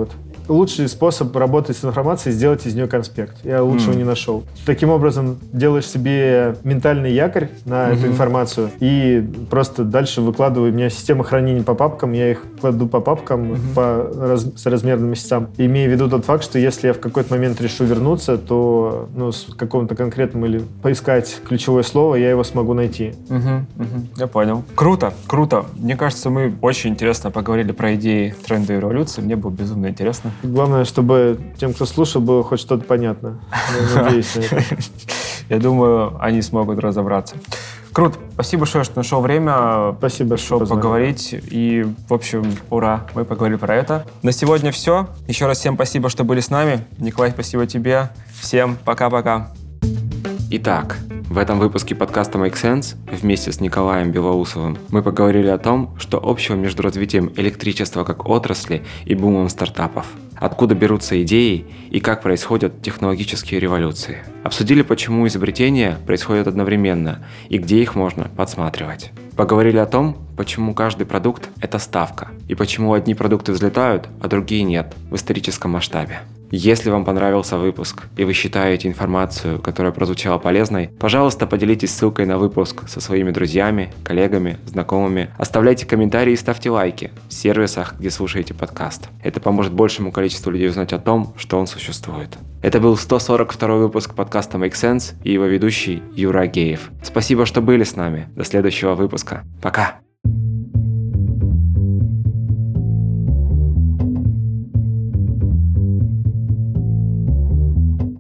лучший способ работать с информацией — сделать из нее конспект. Я лучшего mm. не нашел. Таким образом, делаешь себе ментальный якорь на mm-hmm. эту информацию и просто дальше выкладываю. У меня система хранения по папкам, я их кладу по папкам mm-hmm. по раз, с размерным месяцам. Имея в виду тот факт, что если я в какой-то момент решу вернуться, то ну, с какому-то конкретному или поискать ключевое слово, я его смогу найти. Угу, угу, я понял. Круто, круто. Мне кажется, мы очень интересно поговорили про идеи, тренды и революции. Мне было безумно интересно. Главное, чтобы тем, кто слушал, было хоть что-то понятно. Я надеюсь на это. Я думаю, они смогут разобраться. Круто. Спасибо большое, что нашел время. Спасибо, что пришел поговорить. И, в общем, ура, мы поговорили про это. На сегодня все. Еще раз всем спасибо, что были с нами. Николай, спасибо тебе. Всем пока-пока. Итак, в этом выпуске подкаста Make Sense вместе с Николаем Белоусовым мы поговорили о том, что общего между развитием электричества как отрасли и бумом стартапов, откуда берутся идеи и как происходят технологические революции. Обсудили, почему изобретения происходят одновременно и где их можно подсматривать. Поговорили о том, почему каждый продукт – это ставка, и почему одни продукты взлетают, а другие нет в историческом масштабе. Если вам понравился выпуск и вы считаете информацию, которая прозвучала полезной, пожалуйста, поделитесь ссылкой на выпуск со своими друзьями, коллегами, знакомыми. Оставляйте комментарии и ставьте лайки в сервисах, где слушаете подкаст. Это поможет большему количеству людей узнать о том, что он существует. Это был сто сорок второй выпуск подкаста Make Sense и его ведущий Юра Агеев. Спасибо, что были с нами. До следующего выпуска. Пока!